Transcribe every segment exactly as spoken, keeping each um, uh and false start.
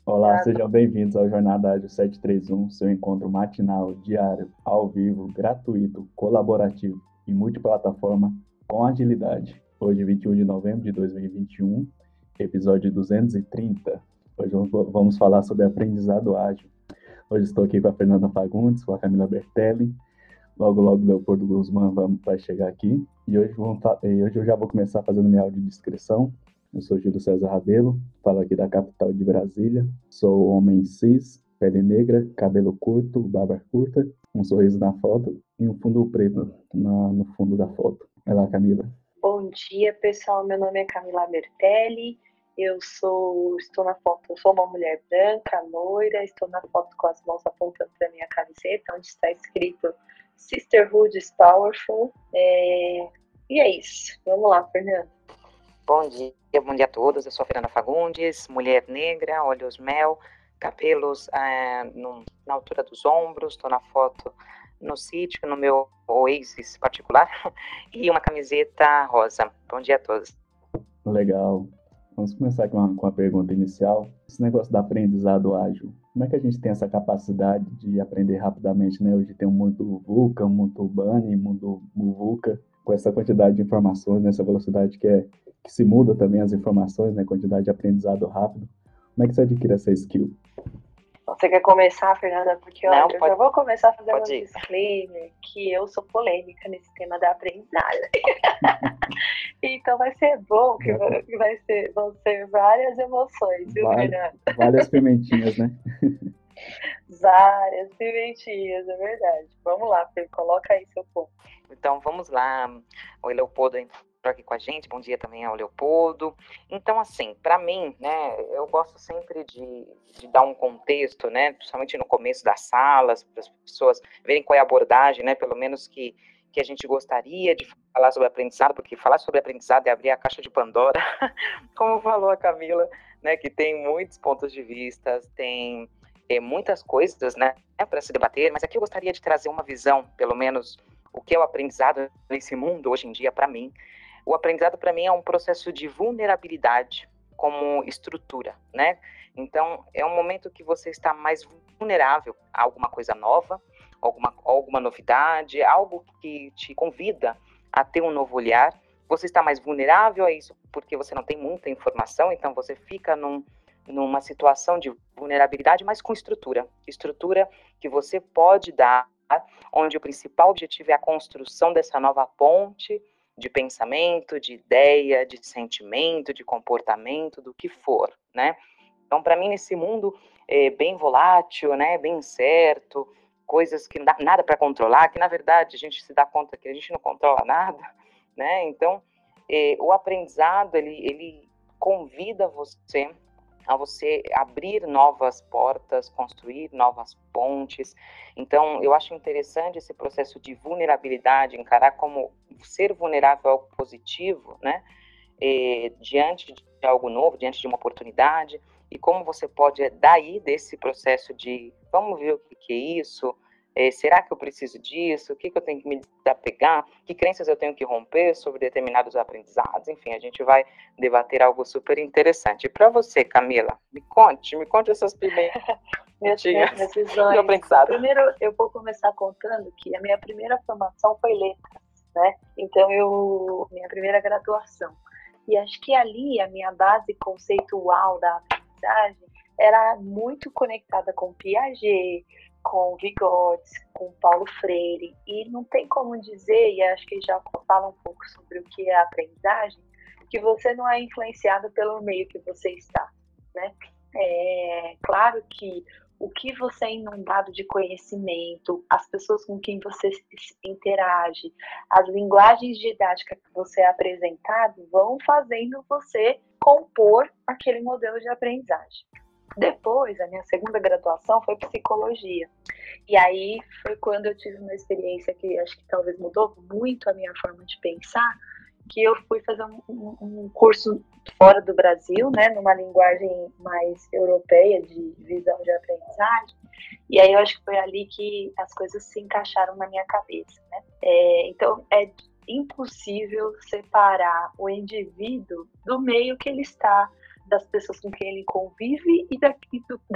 Olá, sejam bem-vindos ao Jornada Ágil setecentos e trinta e um, seu encontro matinal, diário, ao vivo, gratuito, colaborativo e multiplataforma com agilidade. Hoje, vinte e um de novembro de dois mil e vinte e um, episódio duzentos e trinta. Hoje vamos falar sobre aprendizado ágil. Hoje estou aqui com a Fernanda Fagundes, com a Camila Bertelli. Logo, logo, Leopoldo Guzmán vai chegar aqui. E hoje, vamos, hoje eu já vou começar fazendo minha audiodescrição. Eu sou Júlio César Rabelo, falo aqui da capital de Brasília. Sou homem cis, pele negra, cabelo curto, barba curta, um sorriso na foto e um fundo preto na, no fundo da foto. Vai lá, Camila. Bom dia, pessoal. Meu nome é Camila Bertelli. Eu sou, estou na foto, eu sou uma mulher branca, loira, estou na foto com as mãos apontando para minha camiseta, onde está escrito Sisterhood is Powerful. É... E é isso. Vamos lá, Fernanda. Bom dia, bom dia a todos. Eu sou a Fernanda Fagundes, mulher negra, olhos mel, cabelos é, no, na altura dos ombros, estou na foto no sítio, no meu Oasis particular, e uma camiseta rosa. Bom dia a todos. Legal. Vamos começar com a, com a pergunta inicial. Esse negócio do aprendizado ágil, como é que a gente tem essa capacidade de aprender rapidamente, né? Hoje tem um mundo VUCA, um mundo Bunny, um mundo MUVUCA, com essa quantidade de informações, nessa velocidade que, é, que se muda também as informações, né? Quantidade de aprendizado rápido. Como é que você adquire essa skill? Você quer começar, Fernanda? Porque Não, olha, pode, eu já vou começar fazendo um ir. disclaimer que eu sou polêmica nesse tema da aprendizagem. Então vai ser bom, que vai, vai ser, vão ser várias emoções, viu, Vale, Fernanda? Várias pimentinhas, né? Várias pimentinhas, é verdade. Vamos lá, Fê, coloca aí seu ponto. Então, vamos lá. O Leopoldo entrou aqui com a gente. Bom dia também ao Leopoldo. Então, assim, para mim, né, eu gosto sempre de, de dar um contexto, né, principalmente no começo das salas, para as pessoas verem qual é a abordagem, né, pelo menos que, que a gente gostaria de falar sobre aprendizado, porque falar sobre aprendizado é abrir a caixa de Pandora, como falou a Camila, né, que tem muitos pontos de vista, tem é, muitas coisas, né, para se debater, mas aqui eu gostaria de trazer uma visão, pelo menos, o que é o aprendizado nesse mundo hoje em dia para mim. O aprendizado para mim é um processo de vulnerabilidade como estrutura, né? Então, é um momento que você está mais vulnerável a alguma coisa nova, alguma, alguma novidade, algo que te convida a ter um novo olhar. Você está mais vulnerável a isso porque você não tem muita informação, então você fica num, numa situação de vulnerabilidade, mas com estrutura. Estrutura que você pode dar, onde o principal objetivo é a construção dessa nova ponte de pensamento, de ideia, de sentimento, de comportamento, do que for, né? Então, para mim, nesse mundo é, bem volátil, né, bem incerto, coisas que não dá nada para controlar, que na verdade a gente se dá conta que a gente não controla nada, né? Então, é, o aprendizado, ele, ele convida você a você abrir novas portas, construir novas pontes. Então, eu acho interessante esse processo de vulnerabilidade, encarar como ser vulnerável ao positivo, né? E, diante de algo novo, diante de uma oportunidade, e como você pode, daí, desse processo de, vamos ver o que, que é isso, é, será que eu preciso disso, o que, que eu tenho que me desapegar, que crenças eu tenho que romper sobre determinados aprendizados, enfim, a gente vai debater algo super interessante. E para você, Camila, me conte, me conte essas primeiras minhas, minhas visões. do aprendizado. Primeiro, eu vou começar contando que a minha primeira formação foi letras, né? Então, eu, minha primeira graduação. E acho que ali a minha base conceitual da aprendizagem era muito conectada com Piaget, com Vygotsky, com Paulo Freire, e não tem como dizer, e acho que já fala um pouco sobre o que é a aprendizagem, que você não é influenciado pelo meio que você está, né? É claro que o que você é inundado de conhecimento, as pessoas com quem você interage, as linguagens didáticas que você é apresentado vão fazendo você compor aquele modelo de aprendizagem. Depois, a minha segunda graduação foi psicologia. E aí foi quando eu tive uma experiência que acho que talvez mudou muito a minha forma de pensar, que eu fui fazer um, um, um curso fora do Brasil, né, numa linguagem mais europeia de visão de aprendizagem, e aí eu acho que foi ali que as coisas se encaixaram na minha cabeça, né? É, então é impossível separar o indivíduo do meio que ele está, das pessoas com quem ele convive e, da, e do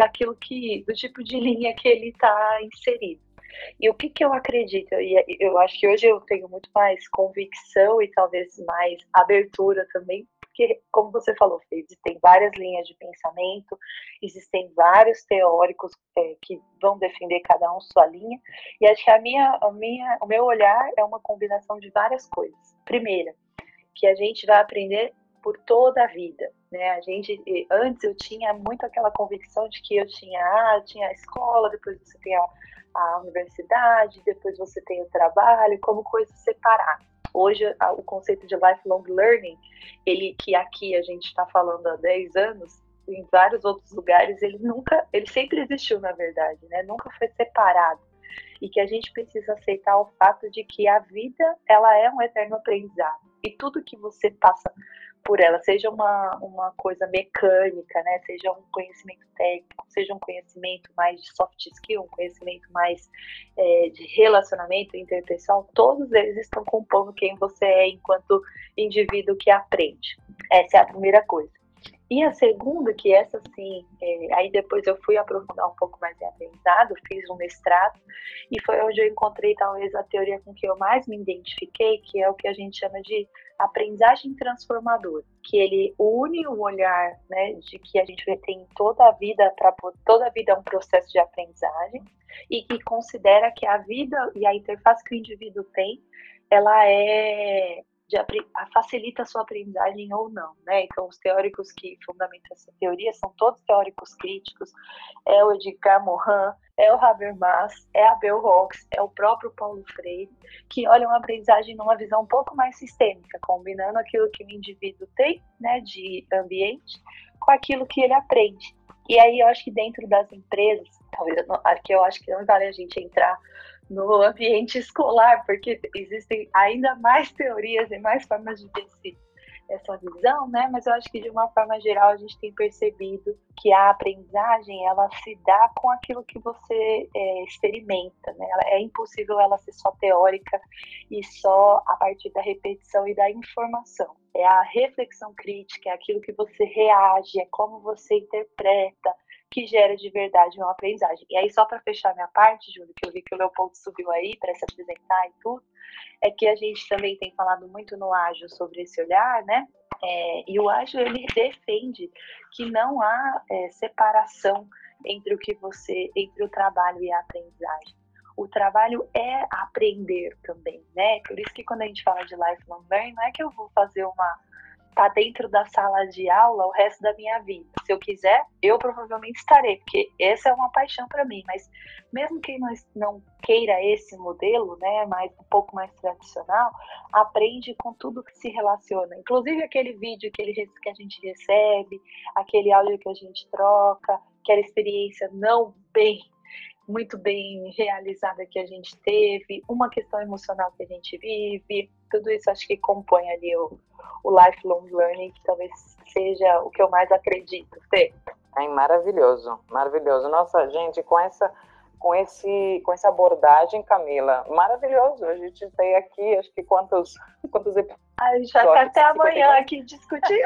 daquilo que, do tipo de linha que ele está inserido. E o que, que eu acredito? E eu acho que hoje eu tenho muito mais convicção e talvez mais abertura também, porque, como você falou, Fê, existem várias linhas de pensamento, existem vários teóricos é, que vão defender cada um sua linha, e acho que a minha, a minha, o meu olhar é uma combinação de várias coisas. Primeira, que a gente vai aprender por toda a vida, né? A gente, antes eu tinha muito aquela convicção de que eu tinha, ah, eu tinha a escola, depois você tem a, a universidade, depois você tem o trabalho, como coisas separadas. Hoje, a, o conceito de lifelong learning, ele que aqui a gente está falando há dez anos, em vários outros lugares, ele nunca, ele sempre existiu, na verdade, né? Nunca foi separado. E que a gente precisa aceitar o fato de que a vida, ela é um eterno aprendizado. E tudo que você passa por ela, seja uma, uma coisa mecânica, né? Seja um conhecimento técnico, seja um conhecimento mais de soft skill, um conhecimento mais é, de relacionamento interpessoal, todos eles estão compondo quem você é enquanto indivíduo que aprende. Essa é a primeira coisa. E a segunda, que essa sim, é, aí depois eu fui aprofundar um pouco mais em aprendizado, fiz um mestrado, e foi onde eu encontrei talvez a teoria com que eu mais me identifiquei, que é o que a gente chama de aprendizagem transformadora, que ele une o olhar, né, de que a gente tem toda a vida, para toda a vida é um processo de aprendizagem, e que considera que a vida e a interface que o indivíduo tem, ela é... facilita a sua aprendizagem ou não, né? Então, os teóricos que fundamentam essa teoria são todos teóricos críticos, é o Edgar Morin, é o Habermas, é a Bell Hooks, é o próprio Paulo Freire, que olham a aprendizagem numa visão um pouco mais sistêmica, combinando aquilo que o indivíduo tem, né, de ambiente, com aquilo que ele aprende. E aí, eu acho que dentro das empresas, talvez, aqui eu acho que não vale a gente entrar no ambiente escolar, porque existem ainda mais teorias e mais formas de ver essa visão, né? Mas eu acho que de uma forma geral a gente tem percebido que a aprendizagem ela se dá com aquilo que você é, experimenta, né? É impossível ela ser só teórica e só a partir da repetição e da informação. É a reflexão crítica, é aquilo que você reage, é como você interpreta, que gera de verdade uma aprendizagem. E aí, só para fechar minha parte, Júlio, que eu vi que o Leopoldo subiu aí para se apresentar e tudo, é que a gente também tem falado muito no Ágil sobre esse olhar, né? É, e o Ágil, ele defende que não há é, separação entre o que você, entre o trabalho e a aprendizagem. O trabalho é aprender também, né? Por isso que quando a gente fala de lifelong learning, não é que eu vou fazer uma... tá dentro da sala de aula o resto da minha vida. Se eu quiser, eu provavelmente estarei, porque essa é uma paixão para mim. Mas mesmo quem não, não queira esse modelo, né, mais, um pouco mais tradicional, aprende com tudo que se relaciona. Inclusive aquele vídeo que, ele, que a gente recebe, aquele áudio que a gente troca, aquela experiência não bem... muito bem realizada que a gente teve, uma questão emocional que a gente vive, tudo isso acho que compõe ali o, o lifelong learning, que talvez seja o que eu mais acredito. Fê? Ai, maravilhoso, maravilhoso. Nossa, gente, com essa, com esse, com essa abordagem, Camila, maravilhoso. A gente tem aqui, acho que quantos, quantos episódios? A gente vai ficar até amanhã aqui discutindo.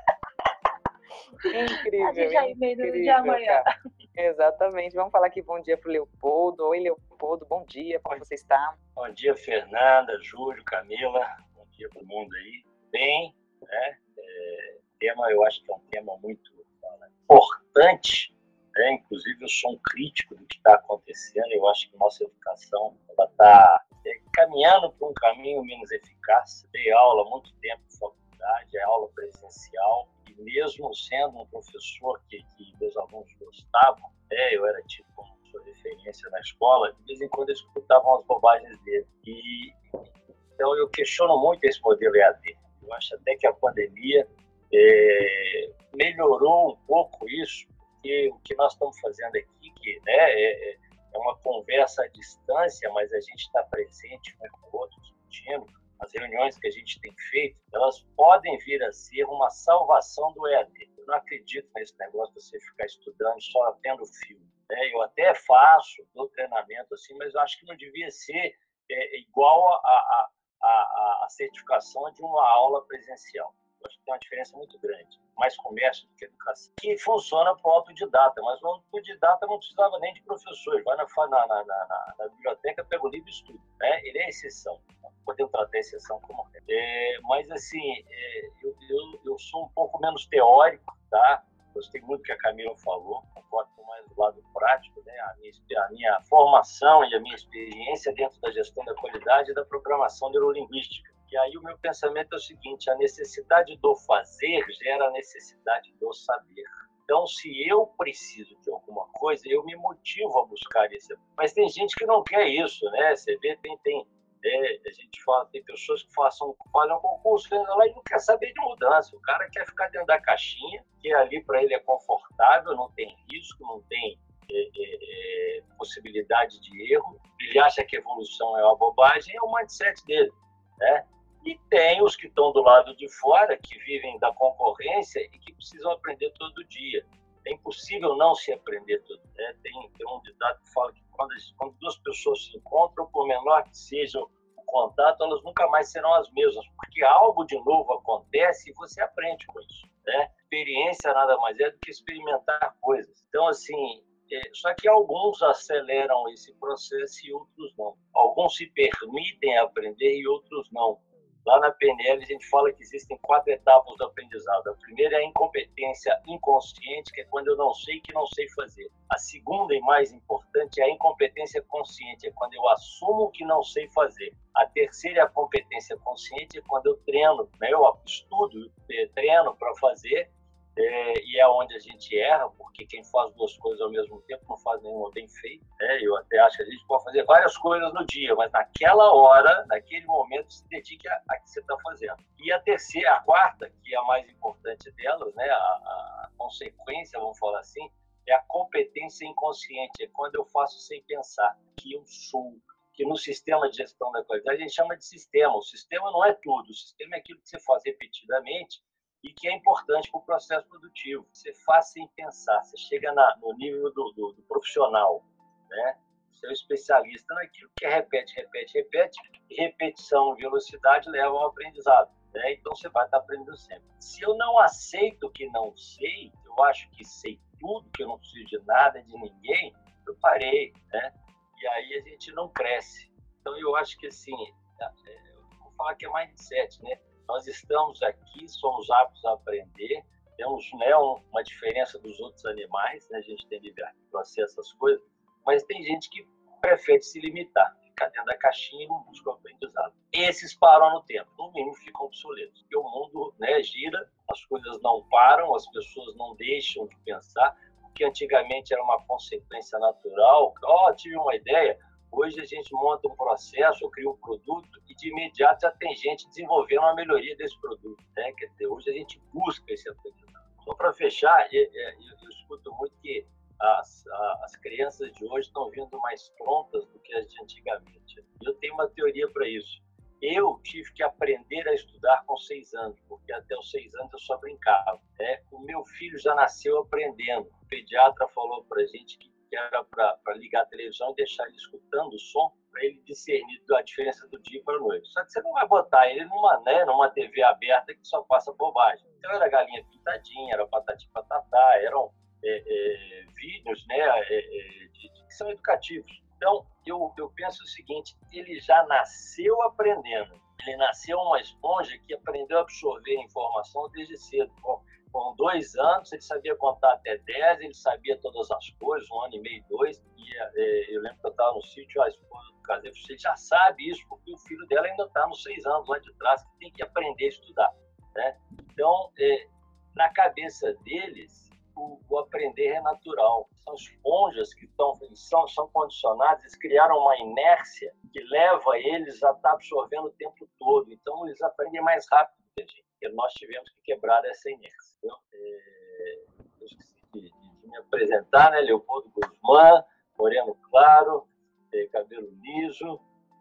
Incrível, a gente já emenda no dia amanhã. Cara. Exatamente. Vamos falar aqui bom dia para o Leopoldo. Oi, Leopoldo, bom dia. Como você está? Bom dia, Fernanda, Júlio, Camila. Bom dia para todo mundo aí. Bem, né? É, tema, eu acho que é um tema muito fala, importante. Né? Inclusive, eu sou um crítico do que está acontecendo. Eu acho que nossa educação está é, caminhando para um caminho menos eficaz. Dei aula há muito tempo em faculdade, é aula presencial. E mesmo sendo um professor que, que meus alunos gostavam, né, eu era tipo uma sua referência na escola, de vez em quando eles escutavam as bobagens dele. E, então eu questiono muito esse modelo E A D. Eu acho até que a pandemia é, melhorou um pouco isso, porque o que nós estamos fazendo aqui que, né, é, é uma conversa à distância, mas a gente está presente um com o outro, discutindo. As reuniões que a gente tem feito, elas podem vir a ser uma salvação do E A D. Eu não acredito nesse negócio de você ficar estudando só tendo filme. Né? Eu até faço, dou treinamento assim, mas eu acho que não devia ser é, igual a, a, a, a certificação de uma aula presencial. Eu acho que tem uma diferença muito grande. Mais comércio do que educação. Que funciona para o autodidata, mas o autodidata não precisava nem de professores. Vai na, na, na, na, na biblioteca, pega o livro e estuda. Né? Ele é exceção. Podemos tratar a exceção como é. Mas, assim, é, eu, eu, eu sou um pouco menos teórico, tá? Gostei muito do que a Camila falou, concordo mais do lado prático, né? A minha, a minha formação e a minha experiência dentro da gestão da qualidade e da programação neurolinguística. E aí o meu pensamento é o seguinte: a necessidade do fazer gera a necessidade do saber. Então, se eu preciso de alguma coisa, eu me motivo a buscar isso. Mas tem gente que não quer isso, né? Você vê, tem, tem é, a gente fala, tem pessoas que façam, fazem um concurso, lá e não quer saber de mudança. O cara quer ficar dentro da caixinha, que ali para ele é confortável, não tem risco, não tem é, é, é, possibilidade de erro. Ele acha que evolução é uma bobagem, é o mindset dele, né? E tem os que estão do lado de fora, que vivem da concorrência e que precisam aprender todo dia. É impossível não se aprender todo dia. Né? Tem, tem um ditado que fala que quando, quando duas pessoas se encontram, por menor que seja o contato, elas nunca mais serão as mesmas, porque algo de novo acontece e você aprende com isso. Né? Experiência nada mais é do que experimentar coisas. Então, assim, é, só que alguns aceleram esse processo e outros não. Alguns se permitem aprender e outros não. Lá na P N L, a gente fala que existem quatro etapas do aprendizado. A primeira é a incompetência inconsciente, que é quando eu não sei que não sei fazer. A segunda e mais importante é a incompetência consciente, é quando eu assumo que não sei fazer. A terceira é a competência consciente, é quando eu treino, né? Eu estudo, treino para fazer, é, e é onde a gente erra, porque quem faz duas coisas ao mesmo tempo não faz nenhuma bem feita. Né? Eu até acho que a gente pode fazer várias coisas no dia, mas naquela hora, naquele momento, se dedique a, a que você está fazendo. E a terceira, a quarta, que é a mais importante delas, né? a, a consequência, vamos falar assim, é a competência inconsciente, é quando eu faço sem pensar, que eu sou, que no sistema de gestão da qualidade a gente chama de sistema. O sistema não é tudo, o sistema é aquilo que você faz repetidamente e que é importante para o processo produtivo. Você faz sem pensar, você chega na, no nível do, do, do profissional, né? Você é um especialista naquilo que repete, repete, repete, e repetição e velocidade levam ao aprendizado, né? Então você vai estar aprendendo sempre. Se eu não aceito que não sei, eu acho que sei tudo, que eu não preciso de nada, de ninguém, eu parei, né? E aí a gente não cresce. Então eu acho que assim, eu vou falar que é mindset, né? Nós estamos aqui, somos aptos a aprender, temos, né, uma diferença dos outros animais, né? A gente tem livre-arbítrio para acesso às coisas, mas tem gente que prefere se limitar, ficar dentro da caixinha e não busca o aprendizado. Esses param no tempo, no mínimo ficam obsoletos, porque o mundo, né, gira, as coisas não param, as pessoas não deixam de pensar, o que antigamente era uma consequência natural. Ó, oh, tive uma ideia. Hoje a gente monta um processo, cria um produto e de imediato já tem gente desenvolvendo uma melhoria desse produto. Né? Quer dizer, hoje a gente busca esse aprendizado. Só para fechar, eu, eu, eu escuto muito que as, as crianças de hoje estão vindo mais prontas do que as de antigamente. Eu tenho uma teoria para isso. Eu tive que aprender a estudar com seis anos, porque até os seis anos eu só brincava. Né? O meu filho já nasceu aprendendo. O pediatra falou para a gente que que era para ligar a televisão e deixar ele escutando o som, para ele discernir a diferença do dia para a noite. Só que você não vai botar ele numa, né, numa T V aberta que só passa bobagem. Então era galinha pintadinha, era patati patatá, eram é, é, vídeos, né, é, é, de, de, que são educativos. Então eu, eu penso o seguinte: ele já nasceu aprendendo. Ele nasceu uma esponja que aprendeu a absorver informação desde cedo. Bom, com dois anos, ele sabia contar até dez, ele sabia todas as coisas, um ano e meio, dois. E é, eu lembro que eu estava no sítio, a esposa do caseiro, você já sabe isso, porque o filho dela ainda está nos seis anos lá de trás, que tem que aprender a estudar. Né? Então, é, na cabeça deles, o, o aprender é natural. São esponjas que tão, são, são condicionados, eles criaram uma inércia que leva eles a estar absorvendo o tempo todo. Então, eles aprendem mais rápido que a gente. Nós tivemos que quebrar essa inércia. Eu, é, eu esqueci de, de, de me apresentar, né? Leopoldo Guzmán, moreno claro, é, cabelo liso,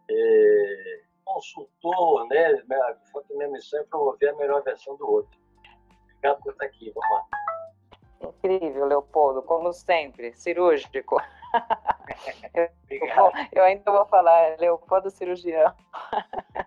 é, consultor, né? Minha, minha missão é promover a melhor versão do outro. Obrigado por estar aqui, vamos lá. Incrível, Leopoldo, como sempre, cirúrgico. eu, vou, eu ainda vou falar, Leopoldo cirurgião.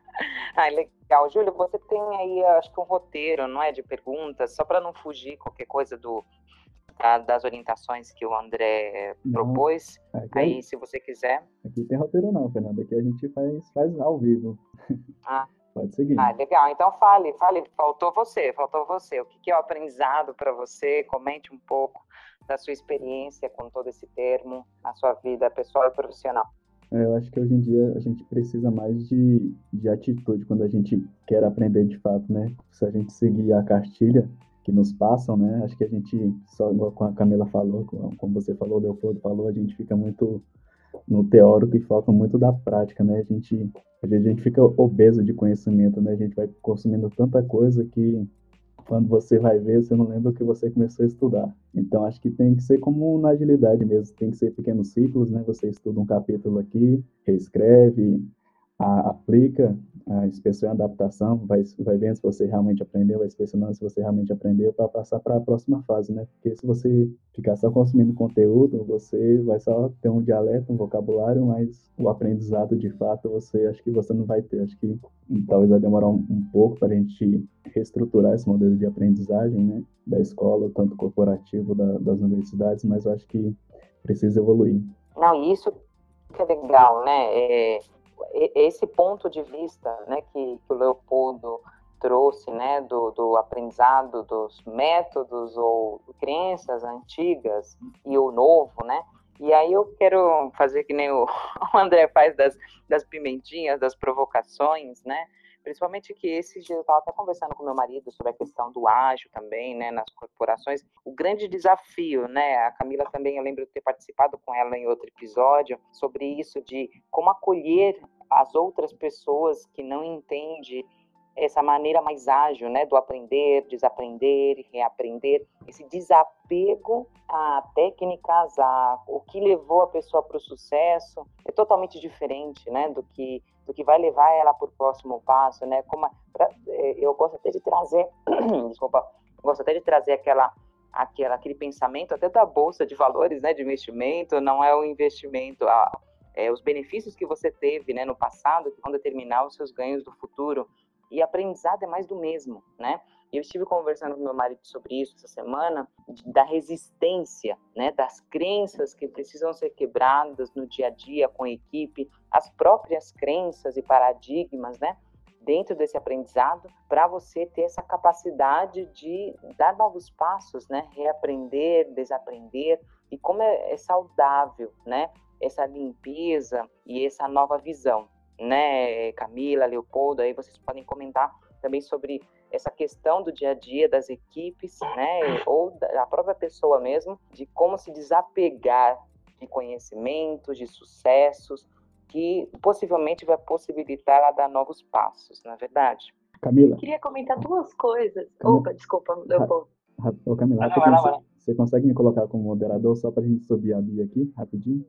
Ah, legal. Júlio, você tem aí, acho que um roteiro, não é, de perguntas, só para não fugir qualquer coisa do, da, das orientações que o André Não, propôs. aqui, Aí, é- se você quiser. aqui tem roteiro não, Fernanda. Aqui a gente faz, faz ao vivo. Ah, Pode seguir. ah, legal. Então fale, fale. Faltou você, faltou você. O que, que é o aprendizado para você? Comente um pouco da sua experiência com todo esse termo na sua vida pessoal e profissional. É, Eu acho que hoje em dia a gente precisa mais de, de atitude quando a gente quer aprender de fato, né? Se a gente seguir a cartilha que nos passam, né? Acho que a gente, só igual como a Camila falou, como como você falou, o Leopoldo falou, a gente fica muito no teórico e falta muito da prática, né? A gente, às vezes a gente fica obeso de conhecimento, né? A gente vai consumindo tanta coisa que quando você vai ver, você não lembra o que você começou a estudar. Então, acho que tem que ser como na agilidade mesmo, tem que ser pequenos ciclos, né? Você estuda um capítulo aqui, reescreve, a- aplica a inspeção e adaptação, vai, vai vendo se você realmente aprendeu, vai inspecionando se você realmente aprendeu para passar para a próxima fase, né? Porque se você ficar só consumindo conteúdo, você vai só ter um dialeto, um vocabulário, mas o aprendizado de fato, você acho que você não vai ter. Acho que talvez vai demorar um, um pouco para a gente reestruturar esse modelo de aprendizagem, né? Da escola, tanto corporativo, da, das universidades, mas eu acho que precisa evoluir. Não, isso que é legal, né? É, esse ponto de vista, né, que, que o Leopoldo trouxe, né, do, do aprendizado dos métodos ou crenças antigas e o novo, né? E aí eu quero fazer que nem o, o André faz das, das pimentinhas, das provocações, né? Principalmente que esses dias eu estava até conversando com meu marido sobre a questão do ágil também, né, nas corporações. O grande desafio, né, a Camila também, eu lembro de ter participado com ela em outro episódio, sobre isso de como acolher as outras pessoas que não entendem essa maneira mais ágil, né, do aprender, desaprender, reaprender, esse desapego a técnicas, a o que levou a pessoa para o sucesso, é totalmente diferente, né, do que do que vai levar ela para o próximo passo, né? Como a, pra, eu gosto até de trazer, desculpa, gosto até de trazer aquela, aquela, aquele pensamento até da bolsa de valores, né, de investimento. Não é o investimento, a, é, os benefícios que você teve, né, no passado que vão determinar os seus ganhos do futuro. E aprendizado é mais do mesmo, né? Eu estive conversando com meu marido sobre isso essa semana, da resistência, né, das crenças que precisam ser quebradas no dia a dia com a equipe, as próprias crenças e paradigmas, né, dentro desse aprendizado, para você ter essa capacidade de dar novos passos, né, reaprender, desaprender, e como é, é saudável, né, essa limpeza e essa nova visão, né, Camila, Leopoldo, aí vocês podem comentar também sobre essa questão do dia a dia das equipes, né, ou da própria pessoa mesmo, de como se desapegar de conhecimentos, de sucessos, que possivelmente vai possibilitar ela dar novos passos, não é verdade? Camila. Eu queria comentar duas coisas. Camila. Opa, desculpa, Leopoldo. Ra, ra, ô Camila, Vai lá, você, vai lá, vai consegue, lá. você consegue me colocar como moderador só para a gente subir a Bia aqui, rapidinho?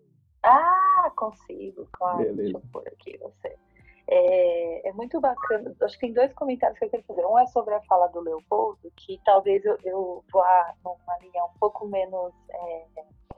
Ah, consigo, claro. Deixa Beleza. eu pôr aqui você. É, é muito bacana. Acho que tem dois comentários que eu quero fazer. Um é sobre a fala do Leopoldo, que talvez eu, eu vá numa linha um pouco menos, é,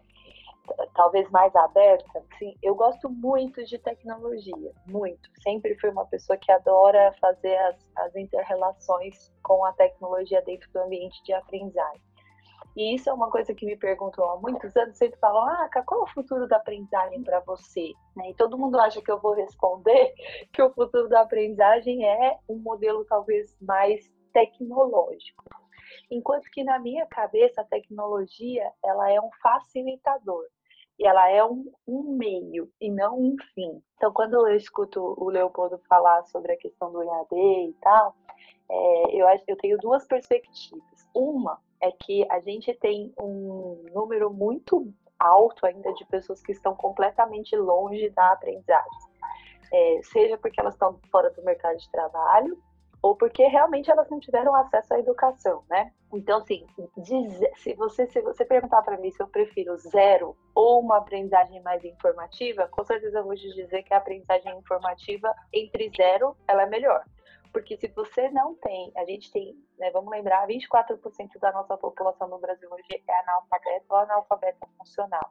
talvez mais aberta. Assim, eu gosto muito de tecnologia, muito. Sempre fui uma pessoa que adora fazer as, as inter-relações com a tecnologia dentro do ambiente de aprendizagem. E isso é uma coisa que me perguntam há muitos anos, sempre falam, ah, qual é o futuro da aprendizagem para você? E todo mundo acha que eu vou responder que o futuro da aprendizagem é um modelo talvez mais tecnológico. Enquanto que na minha cabeça a tecnologia ela é um facilitador. E ela é um, um meio e não um fim. Então, quando eu escuto o Leopoldo falar sobre a questão do E A D e tal, é, eu, acho, eu tenho duas perspectivas. Uma é que a gente tem um número muito alto ainda de pessoas que estão completamente longe da aprendizagem. É, seja porque elas estão fora do mercado de trabalho, ou porque realmente elas não tiveram acesso à educação, né? Então, assim, se você, se você perguntar para mim se eu prefiro zero ou uma aprendizagem mais informativa, com certeza eu vou te dizer que a aprendizagem informativa entre zero, ela é melhor. Porque se você não tem, a gente tem, né, vamos lembrar, vinte e quatro por cento da nossa população no Brasil hoje é analfabeta ou analfabeta funcional.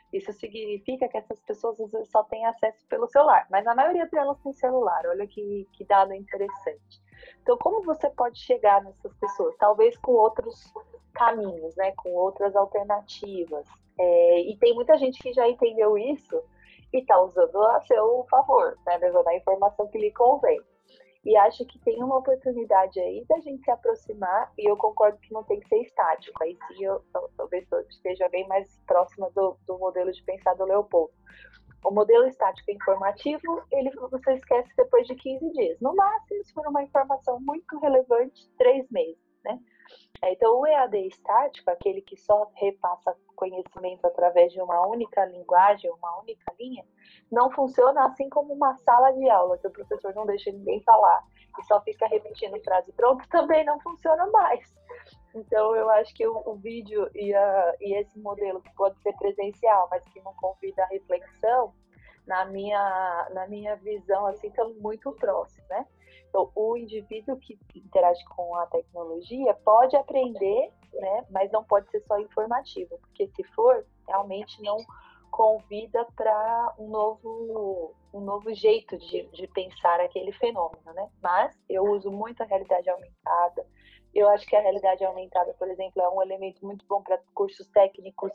Isso significa que essas pessoas às vezes só têm acesso pelo celular, mas a maioria delas tem celular. Olha que, que dado interessante. Então, como você pode chegar nessas pessoas? Talvez com outros caminhos, né? Com outras alternativas. É, e tem muita gente que já entendeu isso e está usando a seu favor, né? Levando a informação que lhe convém. E acho que tem uma oportunidade aí da gente se aproximar, e eu concordo que não tem que ser estático. Aí sim, eu talvez eu esteja bem mais próxima do, do modelo de pensar do Leopoldo. O modelo estático informativo, ele você esquece depois de quinze dias. No máximo, se for uma informação muito relevante, três meses, né? Então, o E A D estático, aquele que só repassa conhecimento através de uma única linguagem, uma única linha, não funciona assim como uma sala de aula, que o professor não deixa ninguém falar e só fica repetindo frase pronta, também não funciona mais. Então, eu acho que o, o vídeo e, a, e esse modelo que pode ser presencial, mas que não convida a reflexão, na minha, na minha visão, assim, estão muito próximos, né? Então, o indivíduo que interage com a tecnologia pode aprender, né, mas não pode ser só informativo, porque se for, realmente não convida para um novo, um novo jeito de, de pensar aquele fenômeno, né? Mas eu uso muito a realidade aumentada. Eu acho que a realidade aumentada, por exemplo, é um elemento muito bom para cursos técnicos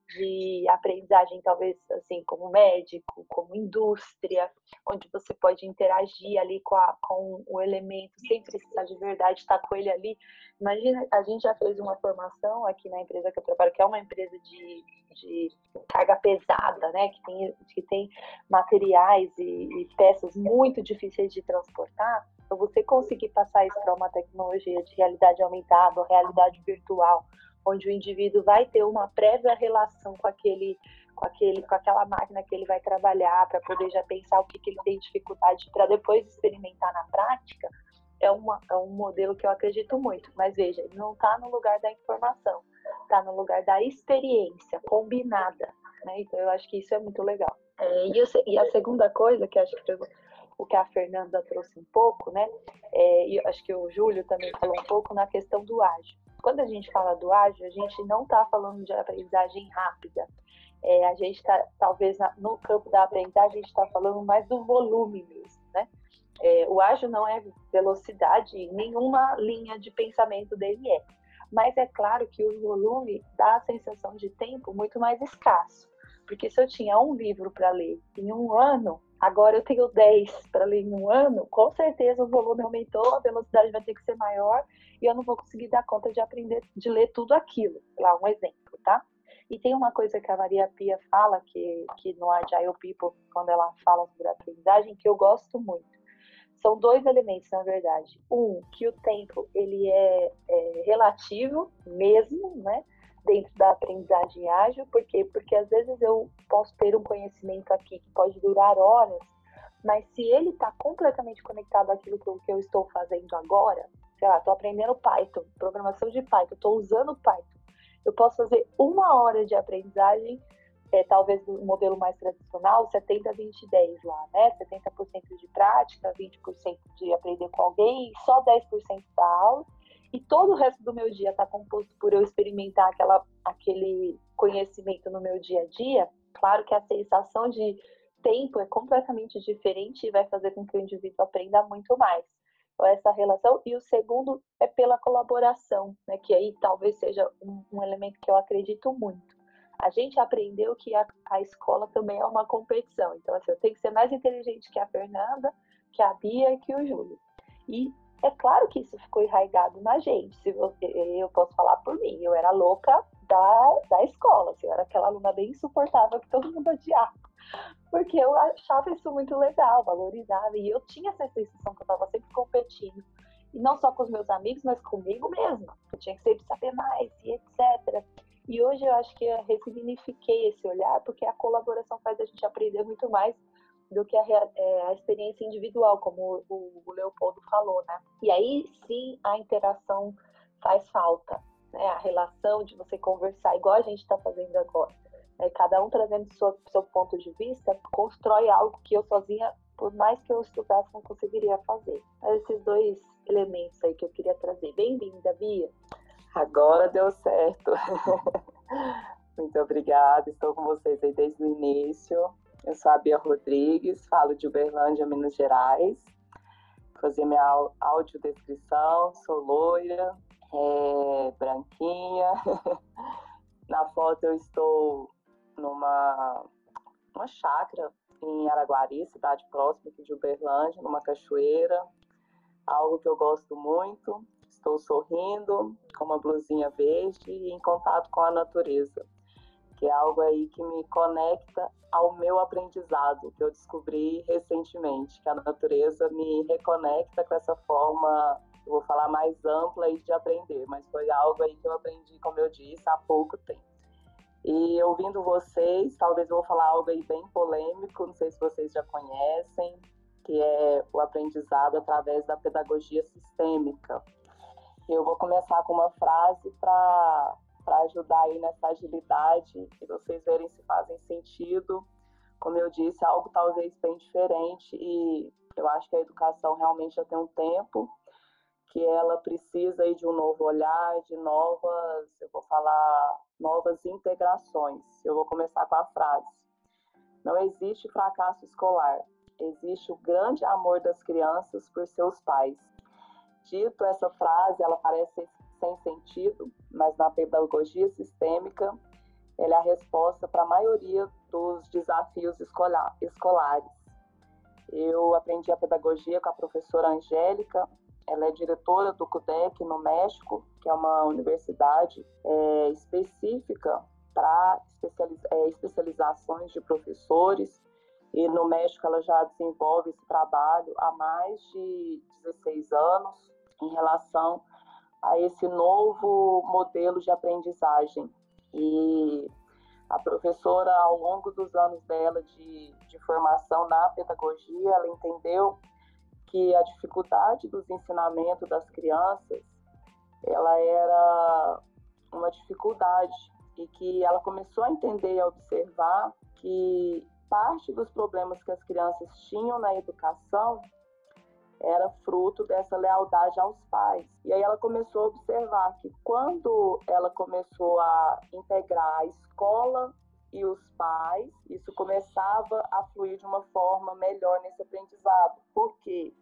de aprendizagem, talvez assim, como médico, como indústria, onde você pode interagir ali com, a, com o elemento, sem precisar de verdade estar com ele ali. Imagina, a gente já fez uma formação aqui na empresa que eu trabalho, que é uma empresa de, de carga pesada, né, que tem, que tem materiais e, e peças muito difíceis de transportar. Então, você conseguir passar isso para uma tecnologia de realidade aumentada, ou realidade virtual, onde o indivíduo vai ter uma prévia relação com aquele, com aquele, com aquela máquina que ele vai trabalhar, para poder já pensar o que, que ele tem dificuldade, para depois experimentar na prática, é, uma, é um modelo que eu acredito muito. Mas veja, ele não está no lugar da informação, está no lugar da experiência combinada, né? Então eu acho que isso é muito legal. É, e, eu, e a segunda coisa, que acho que foi o que a Fernanda trouxe um pouco, né? É, e acho que o Júlio também falou um pouco na questão do ágil. Quando a gente fala do ágil, a gente não está falando de aprendizagem rápida. É, a gente está, talvez, na, no campo da aprendizagem, a gente está falando mais do volume mesmo, né? É, o ágil não é velocidade, nenhuma linha de pensamento dele é. Mas é claro que o volume dá a sensação de tempo muito mais escasso. Porque se eu tinha um livro para ler em um ano, agora eu tenho dez para ler em um ano, com certeza o volume aumentou, a velocidade vai ter que ser maior e eu não vou conseguir dar conta de aprender, de ler tudo aquilo. Lá, um exemplo, tá? E tem uma coisa que a Maria Pia fala, que, que no Agile People, quando ela fala sobre a aprendizagem, que eu gosto muito. São dois elementos, na verdade. Um, que o tempo ele é, é relativo mesmo, né? Dentro da aprendizagem ágil. Por quê? Porque às vezes eu posso ter um conhecimento aqui que pode durar horas, mas se ele está completamente conectado àquilo que eu, que eu estou fazendo agora, sei lá, estou aprendendo Python, programação de Python, estou usando Python, eu posso fazer uma hora de aprendizagem, é, talvez do modelo mais tradicional, setenta, vinte, dez lá, né? setenta por cento de prática, vinte por cento de aprender com alguém, e só dez por cento da aula. E todo o resto do meu dia está composto por eu experimentar aquela, aquele conhecimento no meu dia a dia. Claro que a sensação de tempo é completamente diferente e vai fazer com que o indivíduo aprenda muito mais. Então, essa relação. E o segundo é pela colaboração, né? Que aí talvez seja um, um elemento que eu acredito muito. A gente aprendeu que a, a escola também é uma competição. Então, assim, eu tenho que ser mais inteligente que a Fernanda, que a Bia e que o Júlio. E é claro que isso ficou enraizado na gente. Se você, eu posso falar por mim, eu era louca da, da escola. Assim, eu era aquela aluna bem insuportável que todo mundo odiava. Porque eu achava isso muito legal, valorizava. E eu tinha essa sensação que eu estava sempre competindo. E não só com os meus amigos, mas comigo mesma. Eu tinha que sempre saber mais e etcétera. E hoje eu acho que eu ressignifiquei esse olhar, porque a colaboração faz a gente aprender muito mais do que a, é, a experiência individual, como o, o Leopoldo falou, né? E aí sim a interação faz falta, né? A relação de você conversar, igual a gente está fazendo agora. É, cada um trazendo seu, seu ponto de vista, constrói algo que eu sozinha, por mais que eu estudasse, não conseguiria fazer. Esses dois elementos aí que eu queria trazer. Bem-vinda, Bia. Agora deu certo. Muito obrigada, estou com vocês aí desde o início. Eu sou a Bia Rodrigues, falo de Uberlândia, Minas Gerais. Vou fazer minha audiodescrição, sou loira, é, branquinha. Na foto eu estou numa uma chácara em Araguari, cidade próxima aqui de Uberlândia, numa cachoeira, algo que eu gosto muito. Estou sorrindo, com uma blusinha verde e em contato com a natureza, que é algo aí que me conecta ao meu aprendizado, que eu descobri recentemente, que a natureza me reconecta com essa forma, eu vou falar mais ampla aí de aprender, mas foi algo aí que eu aprendi, como eu disse, há pouco tempo. E ouvindo vocês, talvez eu vou falar algo aí bem polêmico, não sei se vocês já conhecem, que é o aprendizado através da pedagogia sistêmica. Eu vou começar com uma frase para para ajudar aí nessa agilidade e vocês verem se fazem sentido. Como eu disse, algo talvez bem diferente e eu acho que a educação realmente já tem um tempo que ela precisa aí de um novo olhar, de novas, eu vou falar, novas integrações. Eu vou começar com a frase. Não existe fracasso escolar, existe o grande amor das crianças por seus pais. Dito essa frase, ela parece sem sentido, mas na pedagogia sistêmica, ela é a resposta para a maioria dos desafios escolar, escolares. Eu aprendi a pedagogia com a professora Angélica, ela é diretora do C U D E C no México, que é uma universidade é, específica para especializ, é, especializações de professores, e no México ela já desenvolve esse trabalho há mais de dezesseis anos em relação a esse novo modelo de aprendizagem. E a professora, ao longo dos anos dela de, de formação na pedagogia, ela entendeu que a dificuldade dos ensinamentos das crianças, ela era uma dificuldade e que ela começou a entender e a observar que parte dos problemas que as crianças tinham na educação era fruto dessa lealdade aos pais. E aí ela começou a observar que quando ela começou a integrar a escola e os pais, isso começava a fluir de uma forma melhor nesse aprendizado. Porque,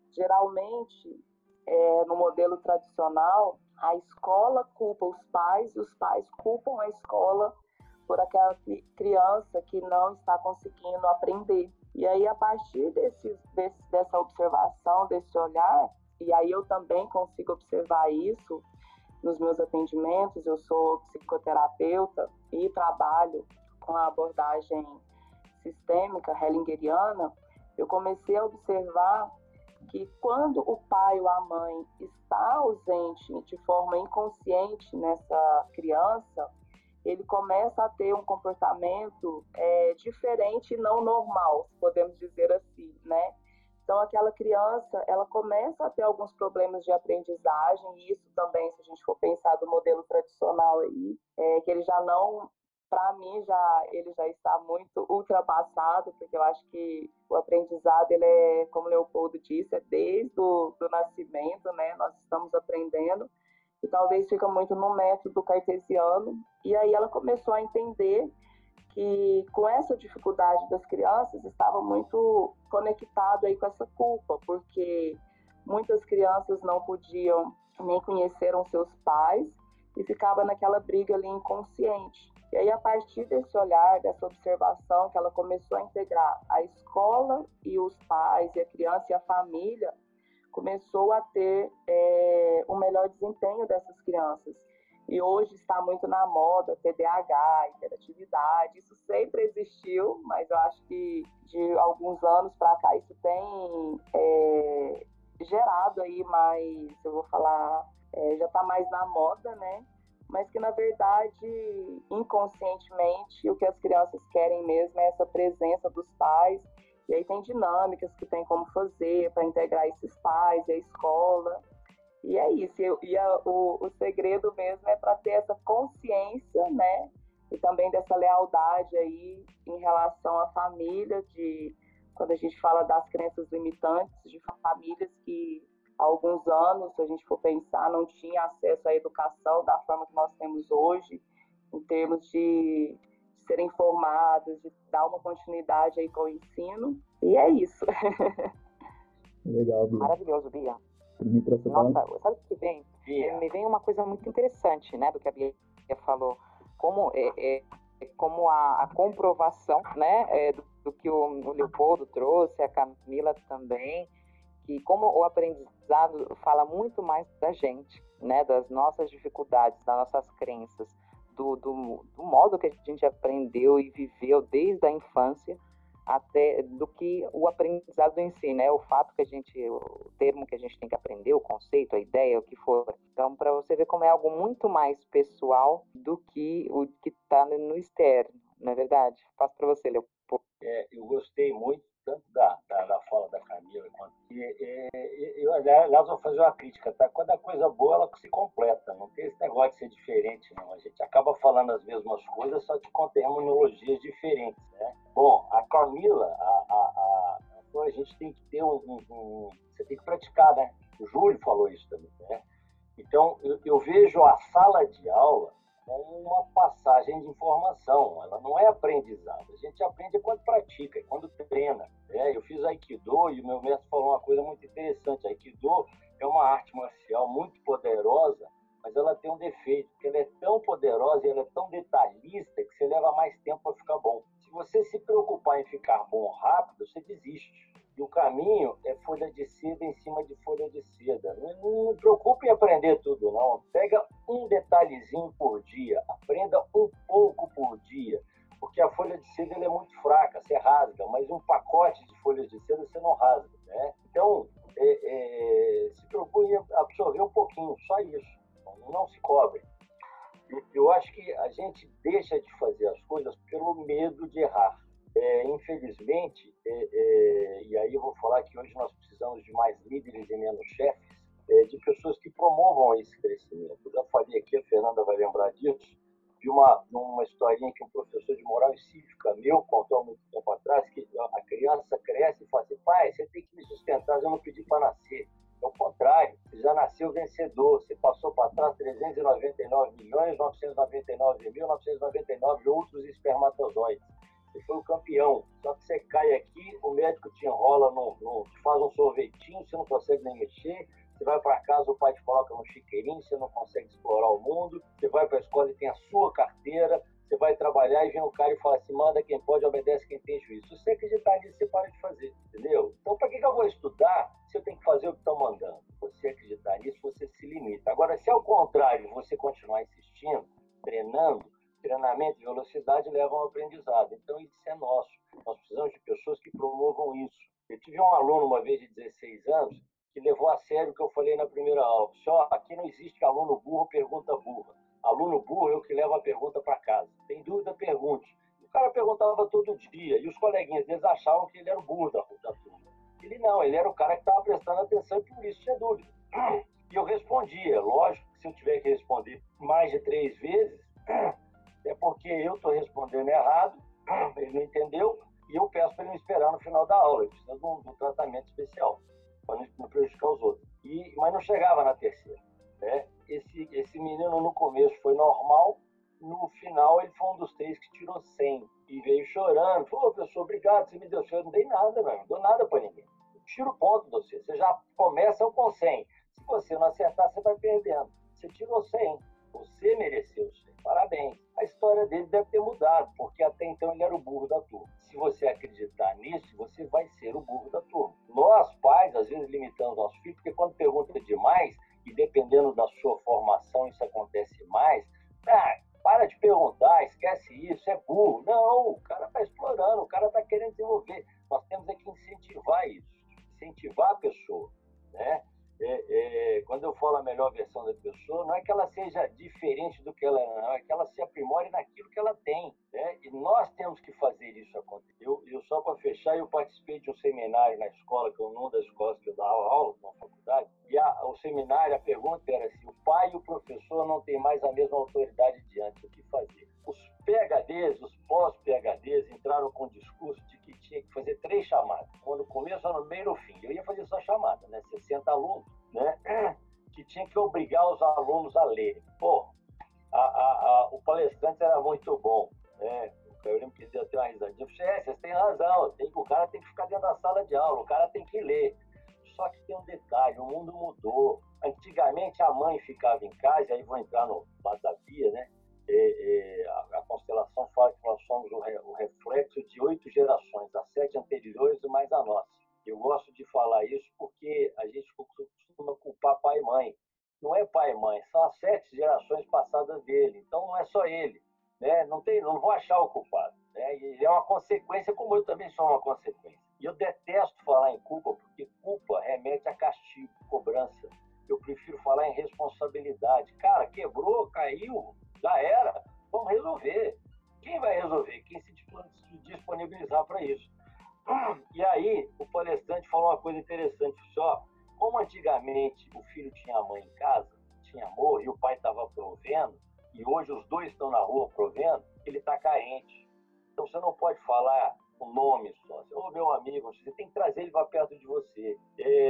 geralmente, é, no modelo tradicional, a escola culpa os pais e os pais culpam a escola por aquela criança que não está conseguindo aprender. E aí, a partir desse, desse, dessa observação, desse olhar, e aí eu também consigo observar isso nos meus atendimentos, eu sou psicoterapeuta e trabalho com a abordagem sistêmica hellingeriana, eu comecei a observar que quando o pai ou a mãe está ausente de forma inconsciente nessa criança, ele começa a ter um comportamento é, diferente e não normal, podemos dizer assim, né? Então, aquela criança, ela começa a ter alguns problemas de aprendizagem, e isso também, se a gente for pensar do modelo tradicional aí, é, que ele já não, para mim, já, ele já está muito ultrapassado, porque eu acho que o aprendizado, ele é, como Leopoldo disse, é desde o do nascimento, né? Nós estamos aprendendo, e talvez fica muito no método cartesiano, e aí ela começou a entender que com essa dificuldade das crianças estava muito conectado aí com essa culpa, porque muitas crianças não podiam nem conheceram seus pais e ficava naquela briga ali inconsciente. E aí, a partir desse olhar, dessa observação, que ela começou a integrar a escola e os pais, e a criança e a família, começou a ter é, um melhor desempenho dessas crianças. E hoje está muito na moda T D A H, hiperatividade, isso sempre existiu, mas eu acho que de alguns anos para cá isso tem é, gerado aí mais, eu vou falar, é, já está mais na moda, né? Mas que na verdade, inconscientemente, o que as crianças querem mesmo é essa presença dos pais. E aí tem dinâmicas que tem como fazer para integrar esses pais e a escola. E é isso, e a, o, o segredo mesmo é para ter essa consciência, né? E também dessa lealdade aí em relação à família, de quando a gente fala das crenças limitantes, de famílias que há alguns anos, se a gente for pensar, não tinha acesso à educação da forma que nós temos hoje. em termos de serem formados, de dar uma continuidade aí com o ensino. E é isso. Legal, Bia. Maravilhoso, Bia. Me trouxe Nossa, uma... sabe o que vem? Bia. Me vem uma coisa muito interessante, né, do que a Bia falou. Como, é, é, como a, a comprovação, né, é, do, do que o, o Leopoldo trouxe, a Camila também, que como o aprendizado fala muito mais da gente, né, das nossas dificuldades, das nossas crenças, do, do, do modo que a gente aprendeu e viveu desde a infância, até do que o aprendizado em si, né? O fato que a gente, o termo que a gente tem que aprender, o conceito, a ideia, o que for. Então, para você ver como é algo muito mais pessoal do que o que está no externo, não é verdade? Passo para você, Leopoldo. É, eu gostei muito tanto da, da, da fala da Camila quanto que é, é, eu, aliás, vou fazer uma crítica, tá? Quando a coisa boa, ela se completa, não tem esse negócio de ser diferente, não. A gente acaba falando as mesmas coisas, só que com terminologias diferentes, né? Bom, a Camila, a, a, a, a gente tem que ter um, um, um... Você tem que praticar, né? O Júlio falou isso também, né? Então, eu, eu vejo a sala de aula como uma passagem de informação, ela não é aprendizado. A gente aprende quando pratica, quando treina. Né? Eu fiz Aikido e o meu mestre falou uma coisa muito interessante. Aikido é uma arte marcial muito poderosa, mas ela tem um defeito, porque ela é tão poderosa e ela é tão detalhista que você leva mais tempo para ficar bom. Se você se preocupar em ficar bom rápido, você desiste. E o caminho é folha de seda em cima de folha de seda. Não, não me preocupe em aprender tudo, não. Pega um detalhezinho por dia. Aprenda um pouco por dia. Porque a folha de seda ela é muito fraca, você rasga. Mas um pacote de folhas de seda você não rasga. Né? Então, é, é, se preocupe em absorver um pouquinho, só isso. Não se cobre. Eu acho que a gente deixa de fazer as coisas pelo medo de errar. É, infelizmente, é, é, e aí eu vou falar que hoje nós precisamos de mais líderes e menos chefes, é, de pessoas que promovam esse crescimento. Eu já falei aqui, a Fernanda vai lembrar disso, de uma, uma historinha que um professor de moral e cívica meu contou há muito tempo atrás, que a criança cresce e fala assim, pai, você tem que me sustentar, eu não pedi para nascer. É o contrário, você já nasceu vencedor, você passou para trás trezentos e noventa e nove milhões, novecentos e noventa e nove mil, novecentos e noventa e nove outros espermatozoides. Você foi o campeão, só que você cai aqui, o médico te enrola, no, no, te faz um sorvetinho, você não consegue nem mexer, você vai para casa, o pai te coloca no chiqueirinho, você não consegue explorar o mundo, você vai para a escola e tem a sua carteira, você vai trabalhar e vem um cara e fala assim, manda quem pode, obedece quem tem juízo. Se você acreditar nisso, você para de fazer, entendeu? Então, para que, que eu vou estudar se eu tenho que fazer o que estão mandando? Você acreditar nisso, você se limita. Agora, se ao contrário, você continuar insistindo, treinando, treinamento e velocidade levam ao aprendizado. Então, isso é nosso. Nós precisamos de pessoas que promovam isso. Eu tive um aluno, uma vez de dezesseis anos, que levou a sério o que eu falei na primeira aula. Só aqui não existe aluno burro, pergunta burra. Aluno burro é o que leva a pergunta para casa. Tem dúvida, pergunte. O cara perguntava todo dia, e os coleguinhas deles achavam que ele era o burro da, da turma. Ele não, ele era o cara que estava prestando atenção e por isso tinha dúvida. E eu respondia. Lógico que se eu tiver que responder mais de três vezes, é porque eu estou respondendo errado, ele não entendeu, e eu peço para ele me esperar no final da aula. Ele precisa de um, de um tratamento especial, para não prejudicar os outros. E, mas não chegava na terceira. Né? Esse, esse menino, no começo, foi normal, no final, ele foi um dos três que tirou cem. E veio chorando. Falou, professor, obrigado, você me deu. Eu não dei nada, não, não dou nada para ninguém. Eu tiro o ponto de você. Você já começa com cem. Se você não acertar, você vai perdendo. Você tirou cem. Você mereceu cem. Parabéns. A história dele deve ter mudado, porque até então ele era o burro da turma. Se você acreditar nisso, você vai ser o burro da turma. Nós, pais, às vezes limitamos nossos filhos, porque quando pergunta demais, e dependendo da sua formação, isso acontece mais, ah, para de perguntar, esquece isso, é burro. Não, o cara está explorando, o cara está querendo desenvolver. Nós temos é que incentivar isso, incentivar a pessoa, né? É, é, quando eu falo a melhor versão da pessoa, não é que ela seja diferente do que ela é, não, é que ela se aprimore naquilo que ela tem, né? E nós temos que fazer isso acontecer. Eu, eu só para fechar, eu participei de um seminário na escola, que é uma das escolas que eu dava aula, na faculdade, e a, o seminário, a pergunta era assim, o pai e o professor não têm mais a mesma autoridade diante, o que fazer? Os P H Ds, os pós-P H Ds entraram com o discurso de que tinha que fazer três chamadas, uma no começo, uma no meio e no fim. Eu ia fazer só chamada, né? sessenta alunos, né? Que tinha que obrigar os alunos a lerem. Pô, a, a, a, o palestrante era muito bom, né? Eu lembro que ele deu até uma risadinha. Eu falei, é, vocês têm razão, tem, o cara tem que ficar dentro da sala de aula, o cara tem que ler. Só que tem um detalhe, o mundo mudou. Antigamente a mãe ficava em casa, e aí vou entrar no lado da Bia, né? É, é, a, a constelação fala que nós somos o, re, o reflexo de oito gerações, as sete anteriores e mais a nossa. Eu gosto de falar isso porque a gente costuma culpar pai e mãe. Não é pai e mãe, são as sete gerações passadas dele. Então não é só ele, né? Não tem, não vou achar o culpado, né? Ele é uma consequência, como eu também sou uma consequência. E eu detesto falar em culpa, porque culpa remete a castigo, cobrança. Eu prefiro falar em responsabilidade. Cara, quebrou, caiu, já era. Vamos resolver. Quem vai resolver? Quem se disponibilizar para isso. E aí, o palestrante falou uma coisa interessante. Ó, como antigamente o filho tinha a mãe em casa, tinha amor, e o pai estava provendo, e hoje os dois estão na rua provendo, ele está carente. Então você não pode falar o nome só. Ô, meu amigo, você tem que trazer ele para perto de você.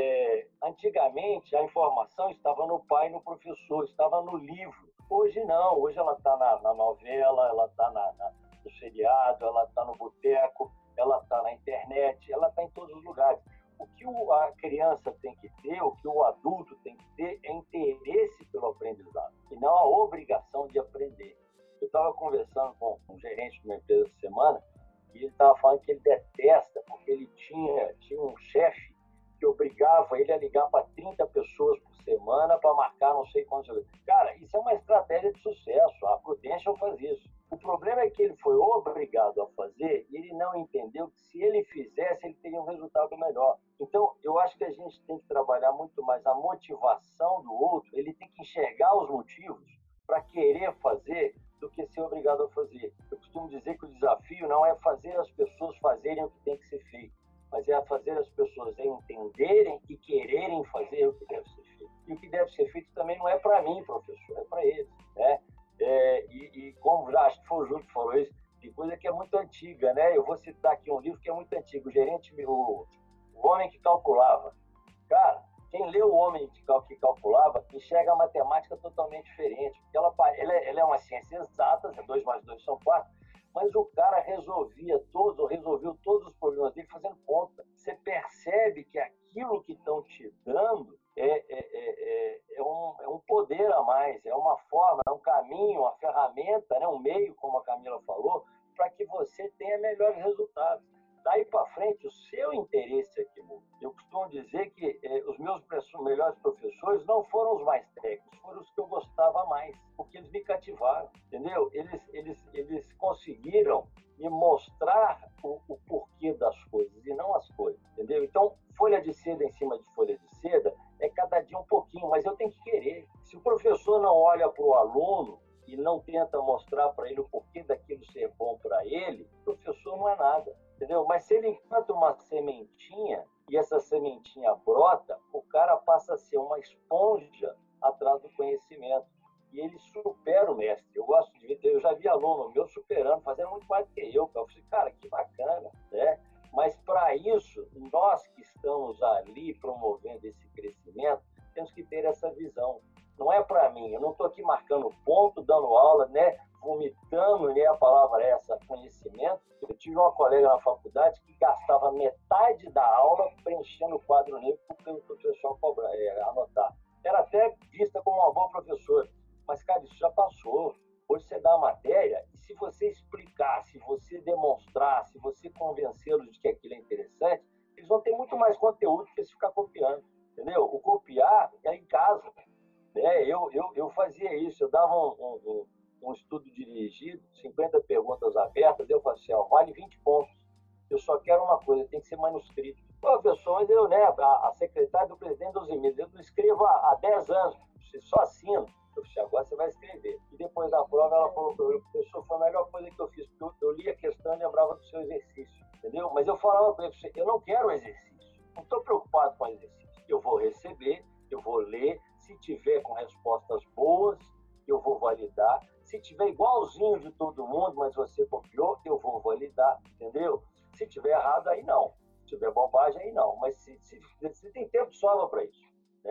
É, antigamente, a informação estava no pai e no professor, estava no livro. Hoje não, hoje ela está na, na novela, ela está na, na, no seriado, ela está no boteco, ela está na internet, ela está em todos os lugares. O que o, a criança tem que ter, o que o adulto tem que ter é interesse pelo aprendizado e não a obrigação de aprender. Eu estava conversando com um gerente de uma empresa essa semana e ele estava falando que ele detesta porque ele tinha, tinha um chefe que obrigava ele a ligar para trinta pessoas por semana para marcar não sei quantos. Cara, isso é uma estratégia de sucesso. A Prudential faz isso. O problema é que ele foi obrigado a fazer e ele não entendeu que se ele fizesse, ele teria um resultado melhor. Então, eu acho que a gente tem que trabalhar muito mais a motivação do outro. Ele tem que enxergar os motivos para querer fazer do que ser obrigado a fazer. Eu costumo dizer que o desafio não é fazer as pessoas fazerem o que tem que ser feito, mas é fazer as pessoas entenderem e quererem fazer o que deve ser feito. E o que deve ser feito também não é para mim, professor, é para eles, né? É, e, e como já acho que foi o Júlio que falou isso, tem coisa que é muito antiga, né? Eu vou citar aqui um livro que é muito antigo, o gerente, o, o Homem que Calculava. Cara, quem lê O Homem que Calculava enxerga a matemática totalmente diferente, porque ela, ela, é, ela é uma ciência exata, dois mais dois são quatro, mas o cara resolvia todos, ou resolveu todos os problemas dele fazendo conta. Você percebe que aquilo que estão te dando é, é, é, é, um, é um poder a mais, é uma forma, é um caminho, uma ferramenta, né, um meio, como a Camila falou, para que você tenha melhores resultados. Daí para frente, o seu interesse é que muda. Eu costumo dizer que eh, os meus melhores professores não foram os mais técnicos, foram os que eu gostava mais, porque eles me cativaram, entendeu? Eles, eles, eles conseguiram me mostrar o, o porquê das coisas e não as coisas, entendeu? Então, folha de seda em cima de folha de seda é cada dia um pouquinho, mas eu tenho que querer. Se o professor não olha para o aluno e não tenta mostrar para ele o porquê daquilo ser bom para ele, o professor não é nada. Entendeu? Mas se ele planta uma sementinha e essa sementinha brota, o cara passa a ser uma esponja atrás do conhecimento. E ele supera o mestre. Eu gosto de ver, eu já vi aluno meu superando, fazendo muito mais do que eu. Eu falei, cara, que bacana, né? Mas para isso, nós que estamos ali promovendo esse crescimento, temos que ter essa visão. Não é para mim, eu não estou aqui marcando ponto, dando aula, né? Vomitando, né? A palavra é essa, conhecimento. Eu tive uma colega na faculdade que gastava metade da aula preenchendo o quadro negro para o professor cobrar, é, anotar. Era até vista como uma boa professora, mas, cara, isso já passou. Hoje você dá a matéria e se você explicar, se você demonstrar, se você convencê-los de que aquilo é interessante, eles vão ter muito mais conteúdo que se ficar copiando, entendeu? O copiar é em casa. Né? Eu, eu, eu fazia isso, eu dava um, um, um estudo dirigido, cinquenta perguntas abertas, eu falei assim, ó, vale vinte pontos. Eu só quero uma coisa, tem que ser manuscrito. Professor, mas eu, né, a, a secretária do presidente dos e-mails, eu não escrevo há, há dez anos, você só assino. Eu falei, agora você vai escrever. E depois da prova, ela falou para mim, professor, foi a melhor coisa que eu fiz, porque eu, eu li a questão e lembrava do seu exercício, entendeu? Mas eu falava para ele, eu não quero exercício, não estou preocupado com o exercício. Eu vou receber, eu vou ler, se tiver com respostas boas, eu vou validar. Se tiver igualzinho de todo mundo, mas você copiou, eu vou validar, entendeu? Se tiver errado, aí não. Se tiver bobagem, aí não. Mas se, se, se tem tempo, sobra para isso, né?